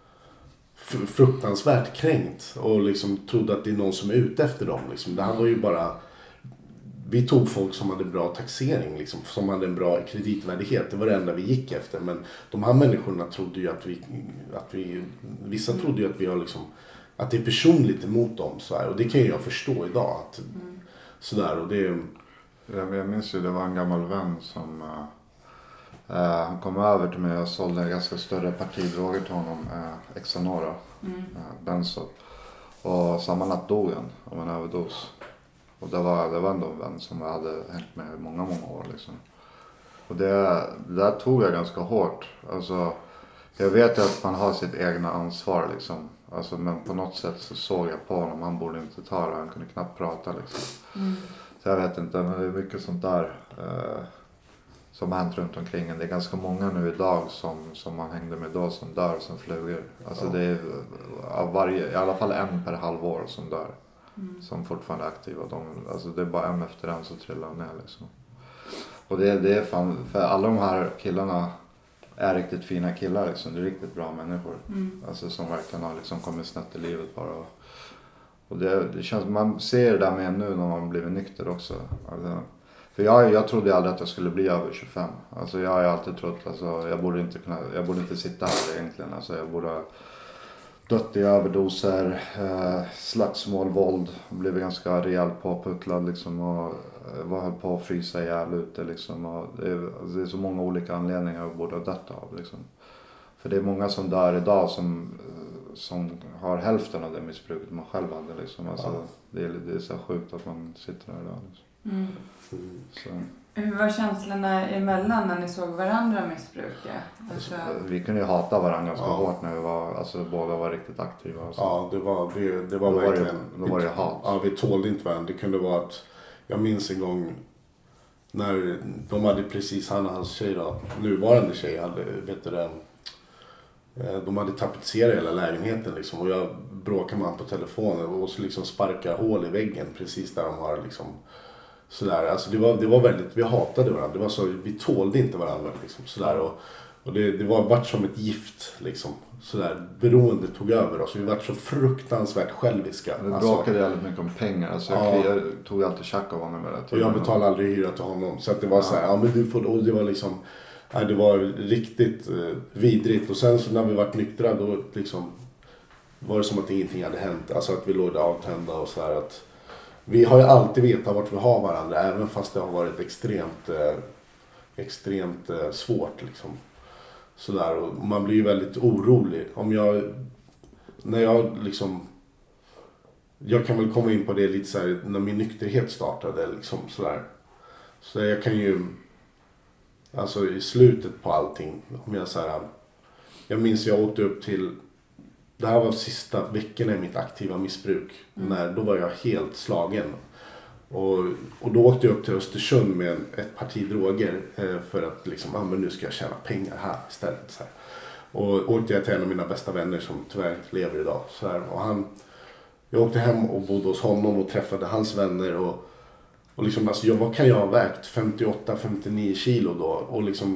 fruktansvärt kränkt och liksom trodde att det är någon som är ute efter dem liksom. Det här var ju bara, vi tog folk som hade bra taxering liksom, som hade en bra kreditvärdighet, det var det enda vi gick efter, men de här människorna trodde ju att vi vissa trodde ju att vi har liksom, att det är personligt emot dem så här, och det kan ju jag förstå idag att, sådär, och det jag minns ju, det var en gammal vän som han kom över till mig och sålde en ganska större partidroger till honom, Xanora, benzo. Och samma natt dog han av en överdos. Och det var ändå en vän som jag hade hängt med i många år liksom. Och det där tog jag ganska hårt. Alltså, jag vet ju att man har sitt egna ansvar liksom. Alltså, men på något sätt så såg jag på honom, han borde inte ta det, han kunde knappt prata liksom. Så jag vet inte, men det är mycket sånt där som har hänt runt omkring en. Det är ganska många nu idag som man hängde med då som dör som flugor. Alltså det är i alla fall en per halvår som dör. Som fortfarande är aktiva. Alltså det är bara en efter en så trillar ner liksom. Och det är fan, för alla de här killarna är riktigt fina killar liksom. Det är riktigt bra människor. Alltså som verkligen har liksom kommit snett i livet bara. Och det känns, man ser det där med nu när man blivit nykter också. Alltså, för jag trodde aldrig att jag skulle bli över 25. Alltså jag har alltid trott, alltså jag borde inte sitta här egentligen. Alltså jag borde dött i överdoser, slagsmål, våld. Blev ganska rejält påpucklad liksom och höll på att frysa ihjäl ute liksom. Och det är så många olika anledningar jag borde ha dött av liksom. För det är många som dör idag som har hälften av det missbruket man själv hade liksom. Alltså, det är så sjukt att man sitter där idag liksom. Så. Hur var känslorna emellan när ni såg varandra missbruka? Alltså... Vi kunde ju hata varandra ganska hårt när vi var, alltså båda var riktigt aktiva. Alltså. Ja, det var verkligen... Då var det hat. Ja, vi tålde inte varandra. Det kunde vara att... Jag minns en gång när de hade precis, han och hans tjej då, nuvarande tjej hade, de hade tapetserat hela lägenheten liksom, och jag bråkade med honom på telefonen och så liksom sparkade hål i väggen precis där de har liksom sådär, alltså det var väldigt, vi hatade varandra, det var så, vi tålde inte varandra liksom sådär, och det var vart som ett gift liksom sådär, beroende tog över oss, vi var så fruktansvärt själviska. Vi bråkade jävligt mycket om pengar, alltså jag tog alltid tjack av honom med det. Och jag betalade aldrig hyra till honom, så att det var såhär, ja men du får, och det var liksom, nej, det var riktigt vidrigt, och sen så när vi var nyktra då liksom var det som att ingenting hade hänt, alltså att vi låg avtända och så här, att vi har ju alltid vetat vart vi har varandra, även fast det har varit extremt svårt liksom. Sådär, och man blir ju väldigt orolig. När jag liksom jag kan väl komma in på det lite så här när min nykterhet startade liksom sådär. Så jag kan ju, alltså i slutet på allting, om jag så här, jag minns jag åkte upp till, det här var sista veckorna i mitt aktiva missbruk. Då var jag helt slagen. Och då åkte jag upp till Östersund med ett parti droger för att liksom, men nu ska jag tjäna pengar här istället. Så här. Och åkte jag till en av mina bästa vänner som tyvärr inte lever idag. Så här. Och jag åkte hem och bodde hos honom och träffade hans vänner. Och liksom, alltså, vad kan jag ha vägt? 58-59 kilo då. Och liksom,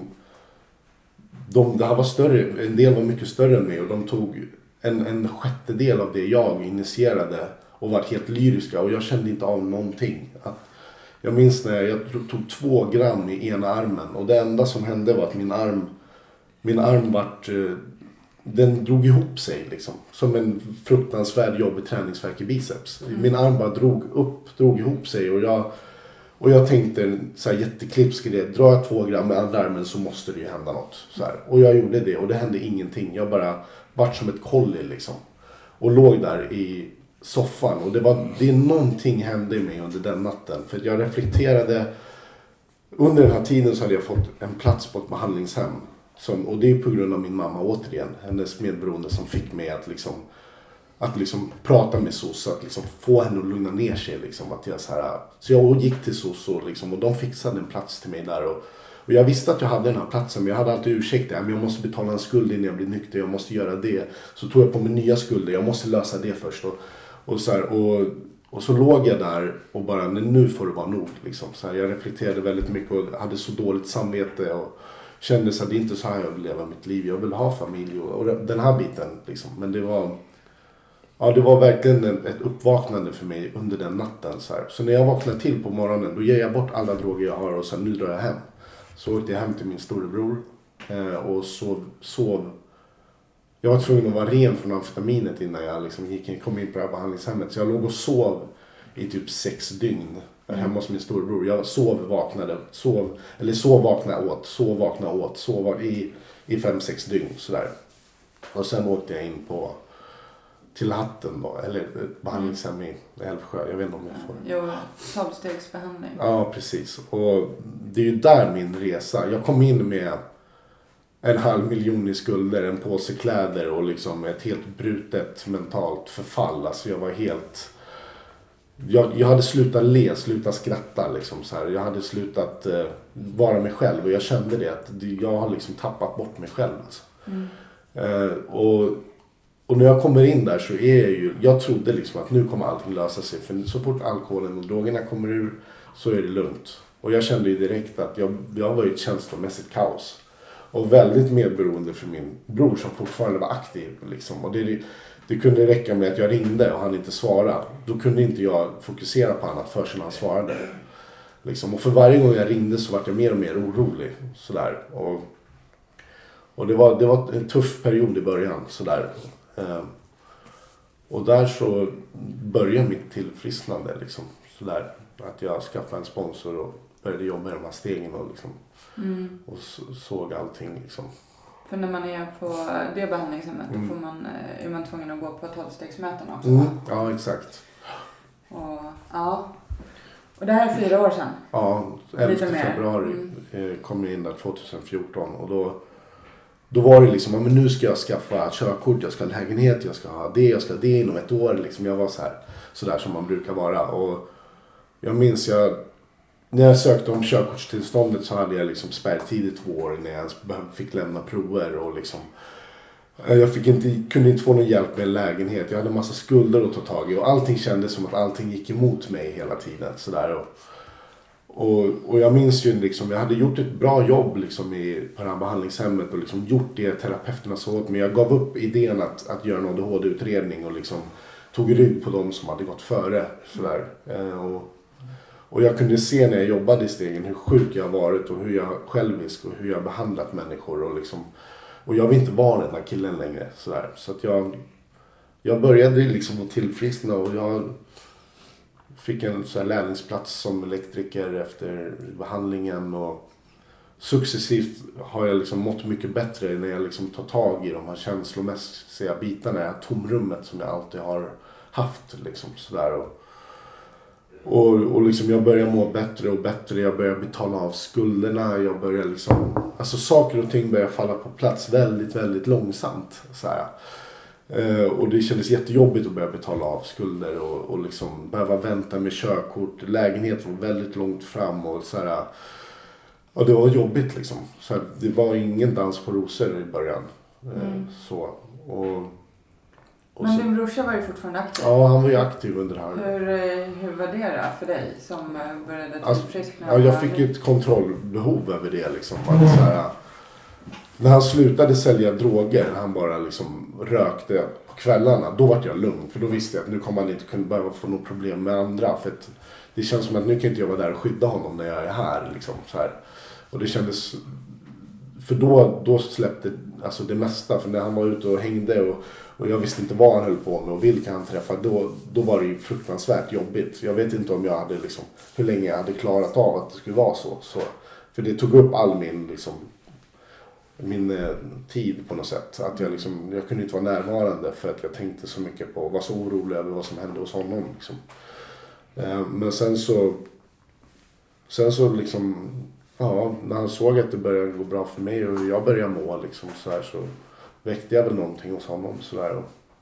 det här var större, en del var mycket större än mig. Och de tog en sjättedel av det jag initierade. Och var helt lyriska. Och jag kände inte av någonting. Jag minns när jag tog 2 gram i ena armen. Och det enda som hände var att min arm vart, den drog ihop sig liksom. Som en fruktansvärd jobbig träningsvärk i biceps. Min arm bara drog ihop sig. Och jag tänkte så här jätteklipsk idé. Drar jag 2 gram med andra armen så måste det ju hända något. Så här. Och jag gjorde det och det hände ingenting. Jag bara vart som ett kolli liksom. Och låg där i soffan. Och det någonting hände i mig under den natten. För jag reflekterade. Under den här tiden så hade jag fått en plats på ett behandlingshem. Och det är på grund av min mamma återigen. Hennes medberoende som fick mig att liksom prata med SOS. Att liksom få henne att lugna ner sig. Liksom, att jag så jag gick till SOS och de fixade en plats till mig där. Och jag visste att jag hade den här platsen. Men jag hade alltid ursäkter. Jag måste betala en skuld innan jag blir nykter. Jag måste göra det. Så tog jag på mig nya skulder. Jag måste lösa det först. Och så låg jag där och bara, nu får det vara nog. Liksom. Så här, jag reflekterade väldigt mycket och hade så dåligt samvete. Och kände att det är inte så här jag vill leva mitt liv. Jag vill ha familj och den här biten. Liksom. Men det var verkligen ett uppvaknande för mig under den natten. Så när jag vaknade till på morgonen, då ger jag bort alla droger jag har och sen nu drar jag hem. Så åkte jag hem till min storebror och sov. Jag var tvungen att vara ren från amfetaminet innan jag liksom kom in på det här behandlingshemmet. Så jag låg och sov i typ 6 dygn hemma hos min storebror. Jag sov, vaknade, åt i 5-6 dygn sådär. Och sen åkte jag in till Hatten då, eller ett behandlingshem i Älvsjö. Jag vet inte om jag får. Jo, 12-stegsbehandling. Ja, precis. Och det är ju där min resa. Jag kom in med 500 000 i skulder, en påse kläder och liksom ett helt brutet mentalt förfall. Alltså jag var helt... Jag hade slutat slutat skratta liksom så här. Jag hade slutat vara mig själv och jag kände det att jag har liksom tappat bort mig själv alltså. Och när jag kommer in där så är jag trodde liksom att nu kommer allting lösa sig. För så fort alkoholen och drogerna kommer ur så är det lugnt. Och jag kände ju direkt att jag var i ett känslomässigt kaos. Och väldigt medberoende för min bror som fortfarande var aktiv. Liksom. Och det kunde räcka med att jag ringde och han inte svarade. Då kunde inte jag fokusera på annat förrän han svarade. Liksom. Och för varje gång jag ringde så var jag mer och mer orolig. Sådär. Och det var en tuff period i början. Sådär. Och där så började mitt tillfrisknande. Liksom, sådär. Att jag skaffade en sponsor och började jobba med de här stegen. Och, liksom, och såg allting. Liksom. För när man är på det behandlingshemmet då är man tvungen att gå på 12-stegsmöten också. Ja, exakt. Och det här är 4 år sedan. Ja, 11 februari kom jag in där 2014 och då var det liksom, men nu ska jag skaffa körkort, jag ska ha lägenhet, jag ska ha det inom 1 år. Liksom. Jag var så där som man brukar vara. Och jag minns när jag sökte om körkortstillståndet så hade jag liksom spärrtid i 2 år när jag fick lämna prover och liksom jag kunde inte få någon hjälp med en lägenhet. Jag hade en massa skulder att ta tag i och allting kändes som att allting gick emot mig hela tiden sådär. Och jag minns ju liksom, jag hade gjort ett bra jobb liksom på det här behandlingshemmet och liksom gjort det terapeuterna sa åt mig. Jag gav upp idén att göra en ADHD-utredning och liksom tog rygg på dem som hade gått före sådär. Och jag kunde se när jag jobbade i stegen hur sjuk jag varit och hur jag självisk och hur jag behandlat människor och liksom, och jag vill inte vara den där killen längre sådär. Så att jag började liksom att tillfriskna och jag fick en så här lärlingsplats som elektriker efter behandlingen och successivt har jag liksom mått mycket bättre när jag liksom tar tag i de här känslomässiga bitarna, det här tomrummet som jag alltid har haft liksom sådär. Och liksom jag börjar må bättre och bättre. Jag börjar betala av skulderna. Jag börjar liksom, alltså saker och ting börjar falla på plats väldigt, väldigt långsamt. Så här. Och det kändes jättejobbigt att börja betala av skulder och liksom behöva vänta med körkort. Lägenhet var väldigt långt fram och så här. Ja, det var jobbigt liksom. Så här, det var ingen dans på rosor i början. Så. Men din brorsa var ju fortfarande aktiv. Ja, han var ju aktiv under det här. Hur var det då för dig som började tillfriskna? Ja, jag fick ju ett kontrollbehov över det liksom. Att, så här, när han slutade sälja droger, han bara liksom rökte på kvällarna, då var jag lugn. För då visste jag att nu kommer han inte kunna behöva få något problem med andra. För att det känns som att nu kan inte jag vara där och skydda honom när jag är här. Liksom, så här. Och det kändes... För då släppte alltså det mesta. För när han var ute och hängde och jag visste inte vad han höll på med och vilka han träffade, då var det ju fruktansvärt jobbigt. Jag vet inte om jag hade liksom, hur länge jag hade klarat av att det skulle vara så. För det tog upp all min tid på något sätt. Att jag kunde inte vara närvarande för att jag tänkte så mycket på, var så orolig över vad som hände hos honom. Liksom. Men sen så liksom, ja, när han såg att det började gå bra för mig och jag började må liksom så här, så väckte jag väl någonting hos honom så där.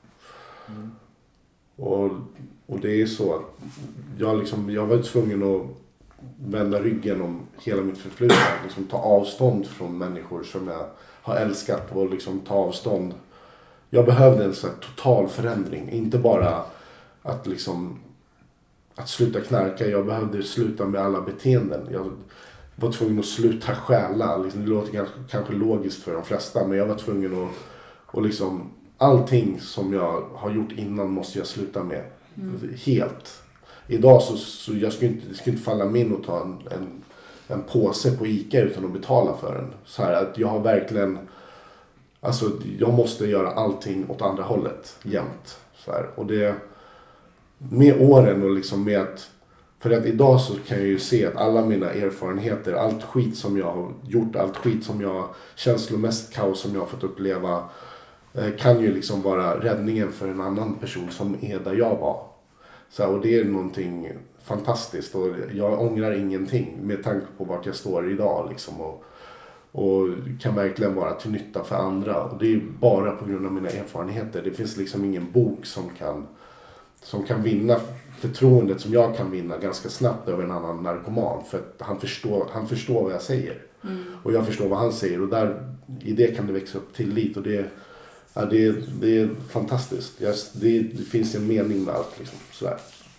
Och det är så att jag var tvungen att vända ryggen om hela mitt förflutna, liksom ta avstånd från människor som jag har älskat och liksom ta avstånd. Jag behövde en sån här total förändring, inte bara att sluta knarka, jag behövde sluta med alla beteenden. Jag var tvungen att sluta stjäla. Det låter kanske logiskt för de flesta, men jag var tvungen att liksom, allting som jag har gjort innan måste jag sluta med. Helt. Idag så det skulle inte falla mig in att ta en påse på ICA utan att betala för den. Så här, att jag har verkligen, alltså jag måste göra allting åt andra hållet jämt. Så här. Och det med åren och liksom med att, för att idag så kan jag ju se att alla mina erfarenheter, allt skit som jag har gjort, allt skit som jag, känslomässigt kaos som jag har fått uppleva, kan ju liksom vara räddningen för en annan person som är där jag var. Så här, och det är någonting fantastiskt och jag ångrar ingenting med tanke på vart jag står idag liksom, och kan verkligen vara till nytta för andra. Och det är bara på grund av mina erfarenheter. Det finns liksom ingen bok som kan vinna förtroendet som jag kan vinna ganska snabbt över en annan narkoman. För att han förstår vad jag säger. Och jag förstår vad han säger. Och i det kan det växa upp tillit. Och det är fantastiskt. Det finns en mening med allt. Liksom, sådär.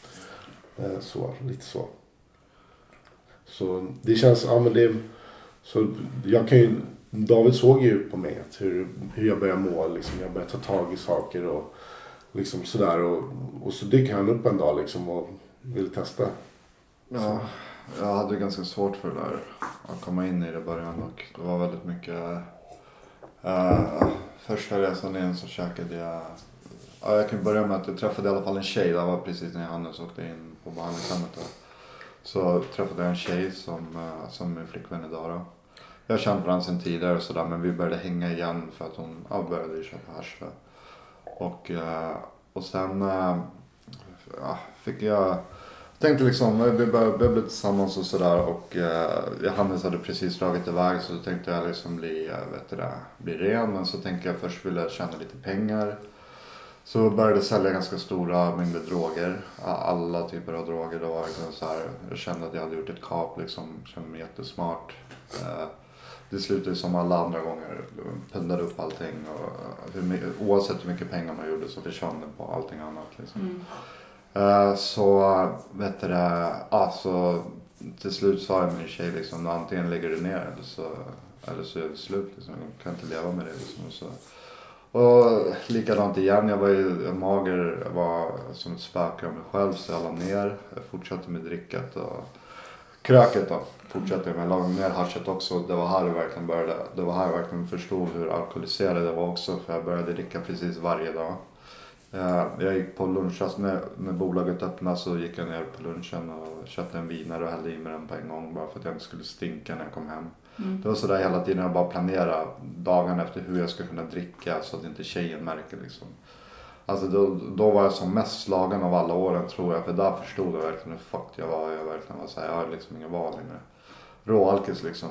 Lite så. Så det känns, ja men det... Så jag kan ju... David såg ju på mig att hur jag börjar må. Liksom, jag börjar ta tag i saker och... Liksom sådär och så dyker han upp en dag liksom och vill testa. Ja, jag hade ganska svårt för det där att komma in i det i början och det var väldigt mycket första resan in så käkade jag kan börja med att jag träffade i alla fall en tjej. Det var precis när Hannes åkte in på behandlingshemmet. Så träffade jag en tjej som min flickvän idag då. Jag har känt varandra sedan tidigare och sådär, men vi började hänga igen för att hon började köpa hasch. Och sen fick jag tänkte liksom vi började bli tillsammans och sådär och Hannes hade precis dragit iväg så tänkte jag liksom bli ren, men så tänkte jag först ville tjäna lite pengar. Så började sälja ganska stora mängder droger, alla typer av droger. Det var liksom så här, jag kände att jag hade gjort ett kap liksom, kände mig jättesmart. Det slutade som alla andra gånger, pundade upp allting och oavsett hur mycket pengar man gjorde så försvann det på allting annat liksom. Så så till slut sa jag min tjej liksom, antingen lägger du ner eller så är det slut liksom. Jag kan inte leva med det liksom. Och likadant igen, jag var ju mager, jag var som ett spöke av mig själv så jag la ner, jag fortsatte med drickat och kröket då. Fortsatte med lag ner haschet också. Det var här jag verkligen började. Det var här jag verkligen förstod hur alkoholiserad jag var också. För jag började dricka precis varje dag. Jag gick på lunch. Alltså när bolaget öppnade så gick jag ner på lunchen och köpte en vinare och hällde i mig den på en gång. Bara för att jag inte skulle stinka när jag kom hem. Det var sådär hela tiden. Jag bara planerade dagen efter hur jag ska kunna dricka så att inte tjejen märker liksom. Alltså då var jag som mest slagen av alla åren tror jag. För där förstod jag verkligen hur fucked jag var. Jag verkligen var såhär, jag har liksom ingen val längre. Råalkis liksom.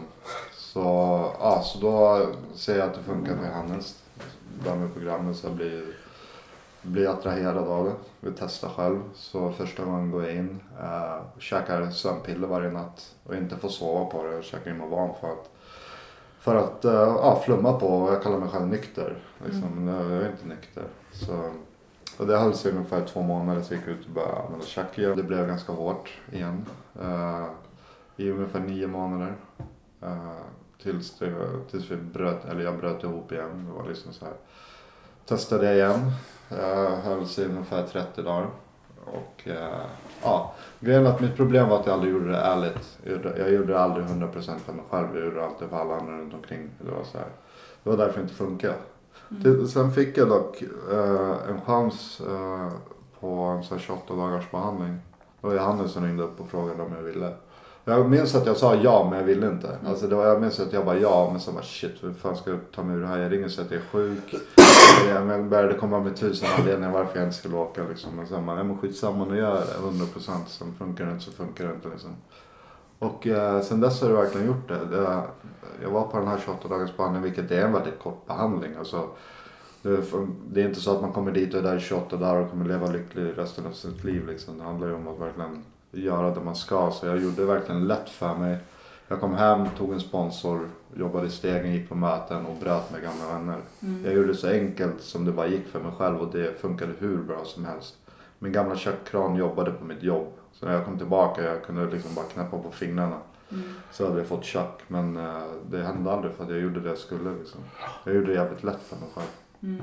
Så då ser jag att det funkar för Hannes. Där med programmet så jag blir attraherad av det. Vill testa själv. Så första gången går jag in. Käkar sömnpiller varje natt. Och inte får sova på det. Jag käkar Imovan för att flumma på. Jag kallar mig själv nykter. Liksom. Men jag är inte nykter. Och det höll sig ungefär 2 månader. Så gick jag ut och började använda käk igen. Det blev ganska hårt igen. I ungefär 9 månader. Tills jag bröt ihop igen. Det var liksom så här. Testade jag igen. Höll sig ungefär 30 dagar. Och grejen att mitt problem var att jag aldrig gjorde det ärligt. Jag gjorde det aldrig 100% för mig själv. Jag gjorde det alltid för alla andra runt omkring. Det var därför det inte funkade. Sen fick jag dock en chans på en så 28 dagars behandling. Då var Hannes som ringde upp och frågade om jag ville. Jag minns att jag sa ja, men jag ville inte. Alltså jag minns att jag bara ja, men så bara shit, hur fan ska jag ta mig ur det här? Jag ringer så att jag är sjuk. Jag började komma med 1000 anledningar varför jag inte skulle åka liksom. Men sen man skitsamma och gör det 100%. Sen funkar det inte så funkar det inte liksom. Och sen dess har jag verkligen gjort det. Jag var på den här 28 dagars behandling, vilket är en väldigt kort behandling. Alltså, det är inte så att man kommer dit och är där i 28 dagar och kommer leva lycklig resten av sitt liv liksom. Det handlar ju om att verkligen göra det man ska. Så jag gjorde det verkligen lätt för mig. Jag kom hem, tog en sponsor, jobbade i stegen, gick på möten och bröt med gamla vänner. Jag gjorde det så enkelt som det bara gick för mig själv och det funkade hur bra som helst. Min gamla köttkran jobbade på mitt jobb. Så när jag kom tillbaka jag kunde liksom bara knäppa på fingrarna. Så hade jag fått tjack. Men det hände aldrig för att jag gjorde det jag skulle. Liksom. Jag gjorde det jävligt lätt för mig själv.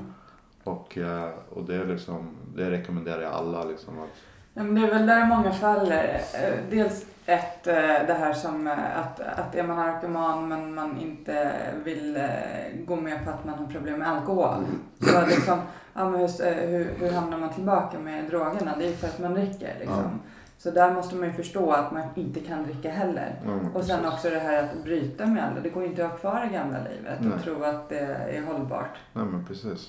Och det är liksom, det rekommenderar jag alla liksom att. Ja, men det är väl där i många fall. Dels det här som att är man narkoman men man inte vill gå med på att man har problem med alkohol. Så liksom, ja, men hur hamnar man tillbaka med drogerna? Det är ju för att man dricker liksom. Så där måste man ju förstå att man inte kan dricka heller. Och sen också det här att bryta med alla. Det går inte att ha kvar det gamla livet och tro att det är hållbart. Nej men precis.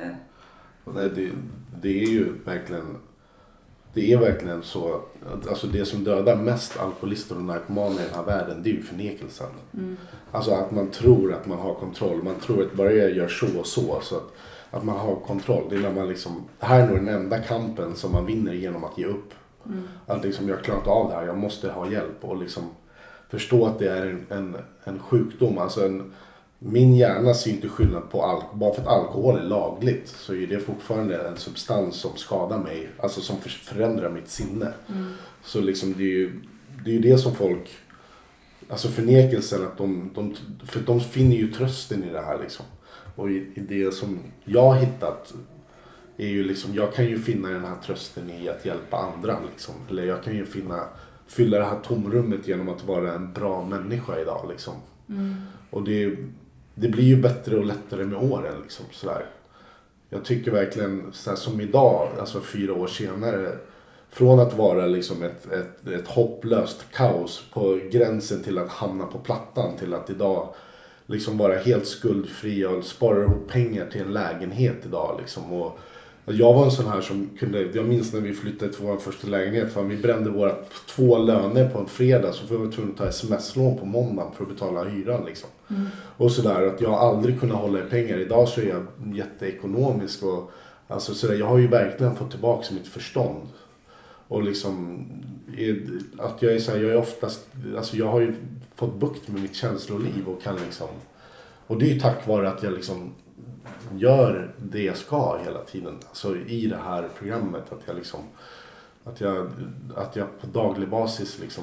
Det är ju verkligen. Det är verkligen så, alltså det som dödar mest alkoholister och narkomaner i den här världen, det är ju förnekelsen. Alltså att man tror att man har kontroll, man tror att bara jag gör så att man har kontroll. Det är när man liksom, det här är nog den enda kampen som man vinner genom att ge upp. Att liksom, jag klarar inte av det här, jag måste ha hjälp och liksom förstå att det är en sjukdom, alltså min hjärna ser inte skillnad på alkohol. Bara för att alkohol är lagligt så är det fortfarande en substans som skadar mig. Alltså som förändrar mitt sinne. Så liksom det är ju det som folk. Alltså förnekelsen att för de finner ju trösten i det här liksom. Och i det som jag har hittat är ju liksom. Jag kan ju finna den här trösten i att hjälpa andra liksom. Eller jag kan ju fylla det här tomrummet genom att vara en bra människa idag liksom. Och det blir ju bättre och lättare med åren liksom sådär. Jag tycker verkligen såhär som idag, alltså 4 år senare, från att vara liksom ett hopplöst kaos på gränsen till att hamna på plattan till att idag liksom vara helt skuldfri och spara ihop pengar till en lägenhet idag liksom. Och jag var en sån här som kunde, jag minns när vi flyttade till vår första lägenhet, för vi brände våra 2 löner på en fredag, så var vi tvungna att ta sms-lån på måndag för att betala hyran liksom. Och sådär, att jag aldrig kunnat hålla i pengar. Idag så är jag jätteekonomisk och alltså sådär, jag har ju verkligen fått tillbaka mitt förstånd. Och liksom att jag är såhär, jag är oftast, alltså jag har ju fått bukt med mitt känsloliv och kan liksom, och det är ju tack vare att jag liksom gör det jag ska hela tiden, alltså i det här programmet, att jag liksom att jag på daglig basis liksom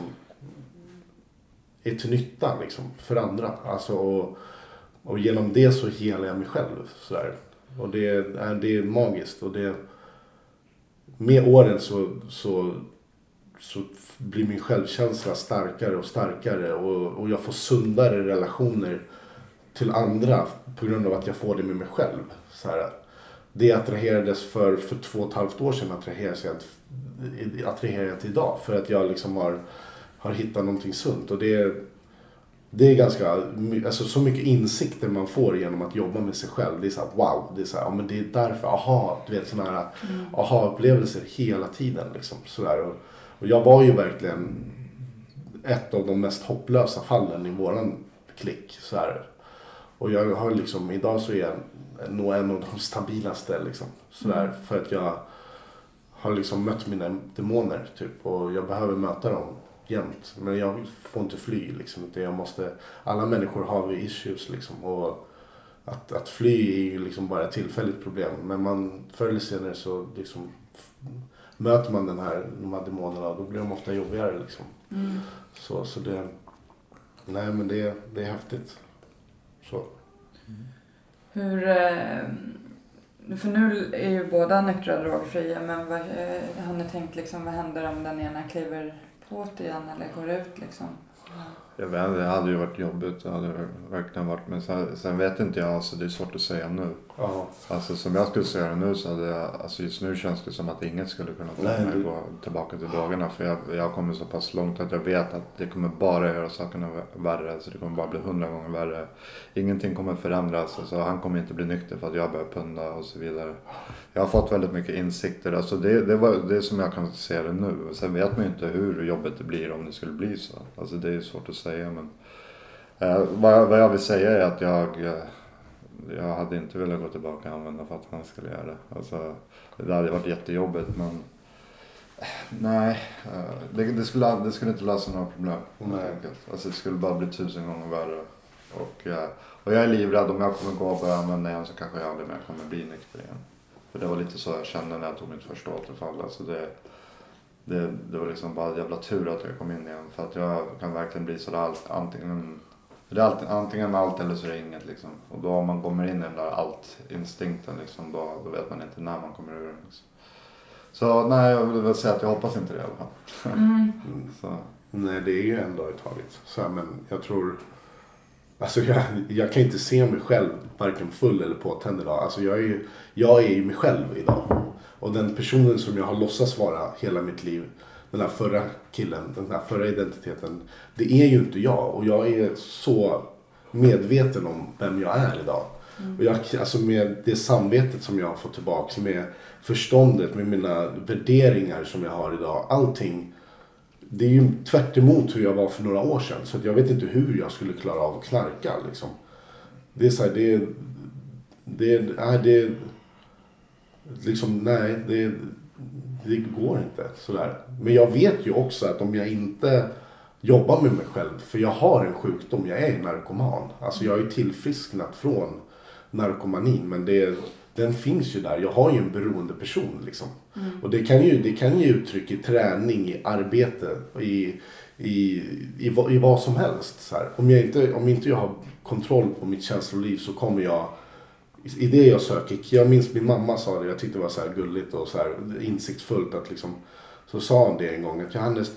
är till nytta liksom för andra, alltså och genom det så helar jag mig själv sådär. Och det är magiskt, och det med åren så blir min självkänsla starkare och starkare, och jag får sundare relationer till andra på grund av att jag får det med mig själv. Så här, det attraherades för 2,5 år sedan, attraherar jag till idag. För att jag liksom har hittat någonting sunt. Och det det är ganska, alltså så mycket insikter man får genom att jobba med sig själv. Det är så här, wow, det är så här, ja men det är därför, du vet sådana här aha-upplevelser hela tiden liksom sådär. Och jag var ju verkligen ett av de mest hopplösa fallen i våran klick sådär. Och jag har liksom, idag så är jag nog en av de stabilaste liksom sådär, för att jag har liksom mött mina demoner typ, och jag behöver möta dem jämt, men jag får inte fly liksom, utan jag måste, alla människor har vi issues liksom, och att fly är ju liksom bara ett tillfälligt problem, men man förr eller senare så liksom möter man de här demonerna, då blir de ofta jobbigare liksom. Så det, nej men det är häftigt så. Hur, för nu är ju båda nyktra och drogfria, men har ni tänkt liksom, vad händer om den ena kliver på det igen eller går ut liksom? Jag vet inte, det hade ju varit jobbigt, det hade verkligen varit, men sen vet inte jag, alltså det är svårt att säga nu. Ja. Alltså som jag skulle säga det nu så hade jag, alltså just nu känns det som att inget skulle kunna få mig att gå tillbaka till dagarna, för jag kommer så pass långt att jag vet att det kommer bara göra sakerna värre, så det kommer bara bli 100 gånger värre. Ingenting kommer förändras, alltså han kommer inte bli nykter för att jag börjar punda och så vidare. Jag har fått väldigt mycket insikter, alltså det var det som jag kan se det nu. Sen vet man ju inte hur jobbet det blir om det skulle bli så. Alltså det är svårt att säga, men vad jag vill säga är att jag hade inte velat gå tillbaka och använda för att han skulle göra det. Alltså, det hade varit jättejobbigt, men nej, det skulle inte lösa några problem. Alltså det skulle bara bli 1000 gånger värre. Och jag är livrädd, om jag kommer gå och börja använda igen så kanske jag aldrig mer kommer bli nykter igen. För det var lite så jag kände när jag tog mitt första återfall. Alltså det var liksom bara jävla tur att jag kom in igen. För att jag kan verkligen bli sådär antingen allt eller så är det inget liksom. Och då om man kommer in i den där allt-instinkten liksom, då vet man inte när man kommer ur den liksom. Så nej, jag vill väl säga att jag hoppas inte det i alla fall. Så. Nej, det är ju en dag i taget. Så, men jag tror, alltså jag kan inte se mig själv varken full eller påtänd idag. Alltså jag är ju mig själv idag. Och den personen som jag har låtsats vara hela mitt liv, den här förra killen, den här förra identiteten, det är ju inte jag. Och jag är så medveten om vem jag är idag. Och alltså med det samvetet som jag har fått tillbaka, med förståndet, med mina värderingar som jag har idag, allting, det är ju tvärt emot hur jag var för några år sedan. Så att jag vet inte hur jag skulle klara av att knarka liksom. Det är så här, det går inte sådär. Men jag vet ju också att om jag inte jobbar med mig själv, för jag har en sjukdom, jag är narkoman. Alltså jag är ju tillfrisknat från narkomanin, men den finns ju där. Jag har ju en beroende person liksom. Och det kan ju uttryck i träning, i arbete, i vad som helst så här. Om inte jag har kontroll på mitt känsloliv så kommer jag i det jag söker. Jag minns min mamma sa det, jag tyckte det var så här gulligt och så här insiktsfullt att liksom, så sa hon det en gång att Johannes,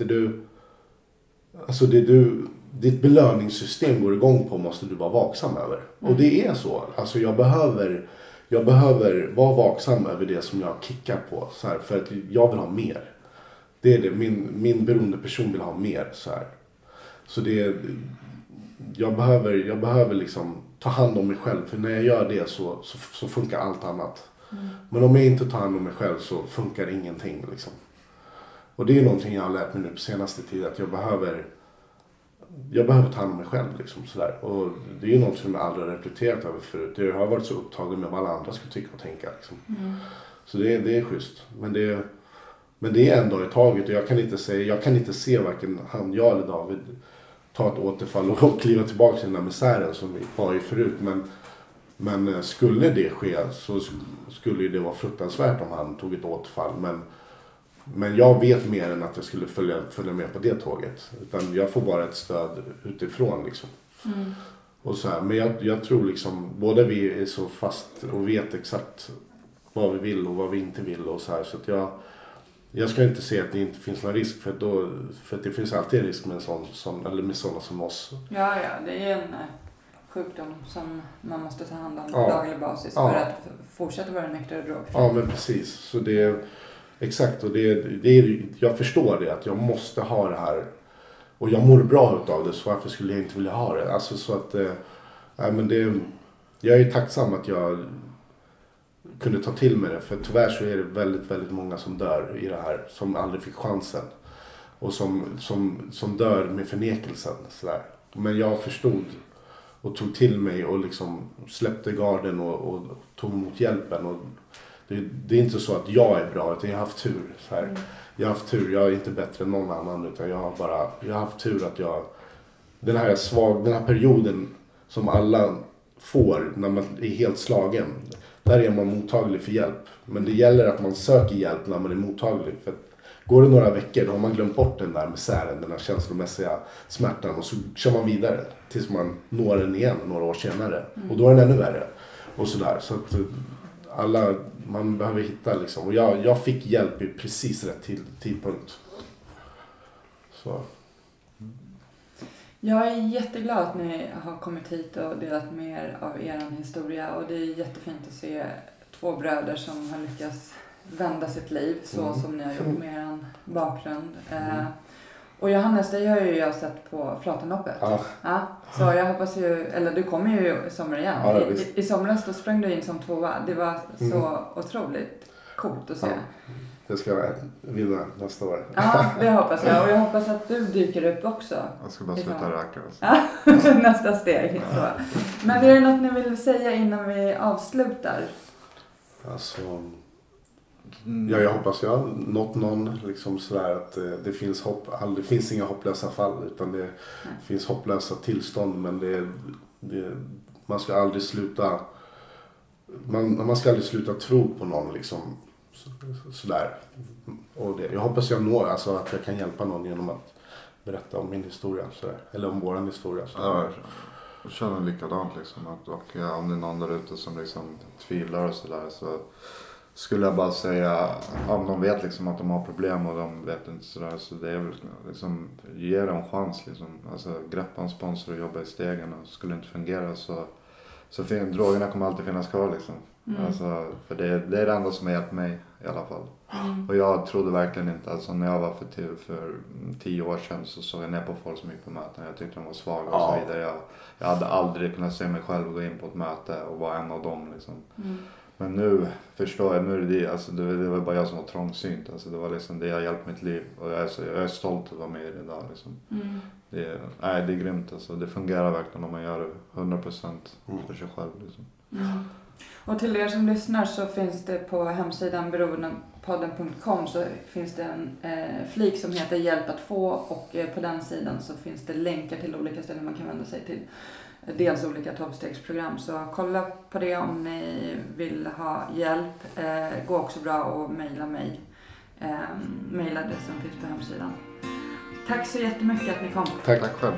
ditt belöningssystem går igång på, måste du vara vaksam över. Och det är så. Alltså jag behöver vara vaksam över det som jag kickar på så här, för att jag vill ha mer. Det är det, min beroende person vill ha mer så här. Så jag behöver liksom ta hand om mig själv, för när jag gör det så funkar allt annat. Men om jag inte tar hand om mig själv så funkar ingenting liksom. Och det är någonting jag har lärt mig nu på senaste tiden, att jag behöver ta hand om mig själv liksom sådär. Och det är ju något som jag aldrig har reflekterat över förut. Jag har varit så upptagen med vad alla andra ska tycka och tänka liksom. Så det är schysst. Men det är en dag i taget, och jag kan inte se varken jag eller David ta ett återfall och kliva tillbaka till den där misären som vi var i förut. Men skulle det ske så skulle det vara fruktansvärt om han tog ett återfall. Men jag vet mer än att jag skulle följa med på det tåget. Utan jag får vara ett stöd utifrån liksom. Och så här. Men jag tror liksom, båda vi är så fast och vet exakt vad vi vill och vad vi inte vill och så här. Så att jag ska inte säga att det inte finns någon risk, för att det finns alltid en risk med med sådana som oss. Ja, det är en sjukdom som man måste ta hand om på daglig basis för att fortsätta vara nykter och drogfri. Ja, men precis. Så det exakt, och jag förstår det, att jag måste ha det här Och jag mår bra utav det, så varför skulle jag inte vilja ha det? Alltså så att, jag är tacksam att jag kunde ta till mig det. För tyvärr så är det väldigt, väldigt många som dör i det här, som aldrig fick chansen. Och som dör med förnekelsen. Sådär. Men jag förstod och tog till mig och liksom släppte garden och tog emot hjälpen. Och det är inte så att jag är bra, utan jag har haft tur. Så här. Jag har haft tur, jag är inte bättre än någon annan, utan jag har haft tur att den här perioden som alla får när man är helt slagen, där är man mottaglig för hjälp. Men det gäller att man söker hjälp när man är mottaglig. För går det några veckor, då har man glömt bort den där misären, den här känslomässiga smärtan, och så kör man vidare tills man når den igen några år senare. Och då är den ännu värre. Och sådär. Så att man behöver hitta liksom. Och jag fick hjälp i precis rätt tidpunkt. Så. Jag är jätteglad att ni har kommit hit och delat med er av er historia. Och det är jättefint att se 2 bröder som har lyckats vända sitt liv så som ni har gjort med er bakgrund. Och Johannes, det har ju jag sett på Flatenloppet. Ja, så jag hoppas ju, eller du kommer ju i sommar igen. Ja, I somras då sprang du in som 2. Det var så otroligt coolt att se. Ja, det ska jag vinna nästa år. Ja, det hoppas jag. Och jag hoppas att du dyker upp också. Jag ska bara sluta räkna. Ja, nästa steg. Så. Men är det något ni vill säga innan vi avslutar? Alltså, jag hoppas jag har nått någon liksom sådär att det finns hopp. Det finns inga hopplösa fall, utan det finns hopplösa tillstånd, men man ska aldrig sluta tro på någon liksom sådär. Och jag hoppas jag når, alltså att jag kan hjälpa någon genom att berätta om min historia sådär, eller om våran historia sådär. Ja, jag känner likadant liksom, och om det är någon där ute som liksom tvivlar och sådär, så skulle jag bara säga, om de vet liksom att de har problem och de vet inte sådär, så det är väl liksom, ge dem en chans liksom. Alltså greppa en sponsor och jobba i stegen, och skulle det inte fungera så drogerna kommer alltid finnas kvar liksom. Alltså, för det är det enda som har hjälpt mig i alla fall. Och jag trodde verkligen inte, alltså när jag var för 10 år sedan så såg jag ner på folk som gick på möten. Jag tyckte de var svaga och så vidare. Jag hade aldrig kunnat se mig själv gå in på ett möte och vara en av dem liksom. Men nu förstår jag, nu är det alltså det var bara jag som var trångsynt. Alltså det var liksom det jag hjälpt mitt liv, och jag är stolt att vara med i det idag liksom. Det är grymt alltså. Det fungerar verkligen om man gör det 100% för sig själv liksom. Och till er som lyssnar så finns det på hemsidan beroendepodden.com så finns det en flik som heter hjälp att få, och på den sidan så finns det länkar till olika ställen man kan vända sig till. Dels olika 12-stegsprogram, så kolla på det om ni vill ha hjälp. Går också bra att mejla mig. Mejladressen finns på hemsidan. Tack så jättemycket att ni kom. Tack själv.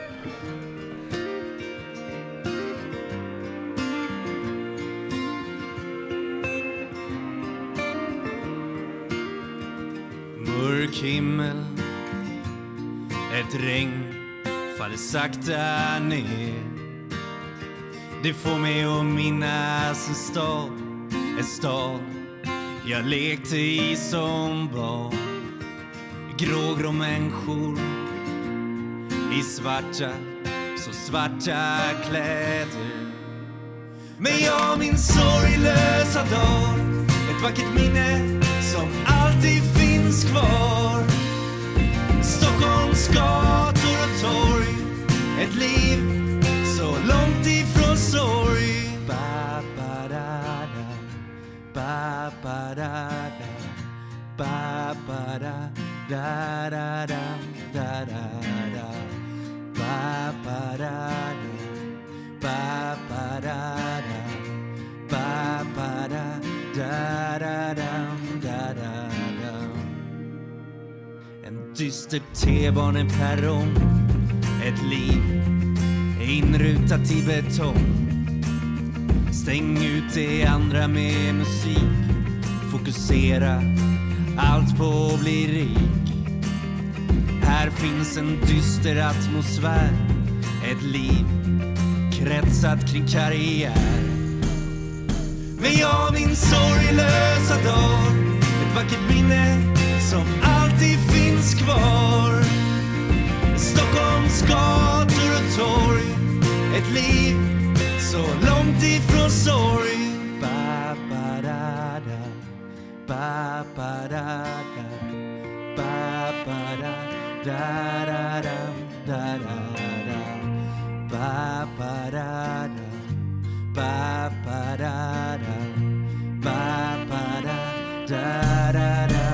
Mörk himmel, ett regn faller sakta ner. Det får mig att minnas en stad jag lekte i som barn. Grågrå människor i så svarta kläder. Men jag minns sorglösa dag, ett vackert minne som alltid finns kvar. Stockholms gator och torg, ett liv så långt ifrån sorg. Ba ba da da, ba ba da da, ba ba da da da da da da, ba ba da da, ba ba da da, ba ba da da da da da. En dyster T-baneperrong, ett liv inrutat i betong. Stäng ut det andra med musik, fokusera allt på att bli rik. Här finns en dyster atmosfär, ett liv kretsat kring karriär. Men jag min sorglösa dag, ett vackert minne som alltid finns kvar. Stockholms gator och torg. Ett liv så långt ifrån sorg. Ba ba da da, ba ba da da, ba ba da da da da da da, ba ba da da, ba ba da da, ba ba da da da da.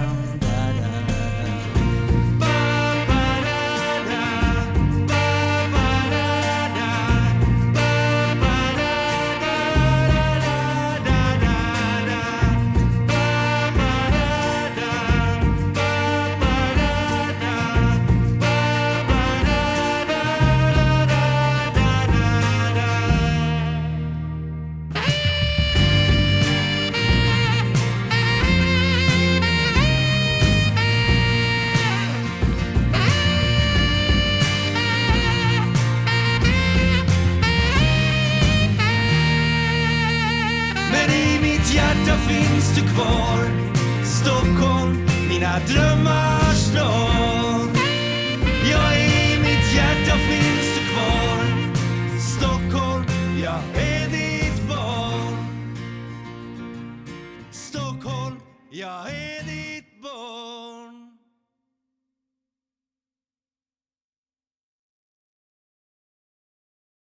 Finns du kvar, Stockholm, mina drömmars stad. Ja, i mitt hjärta finns du kvar, Stockholm, jag är ditt barn. Stockholm, jag är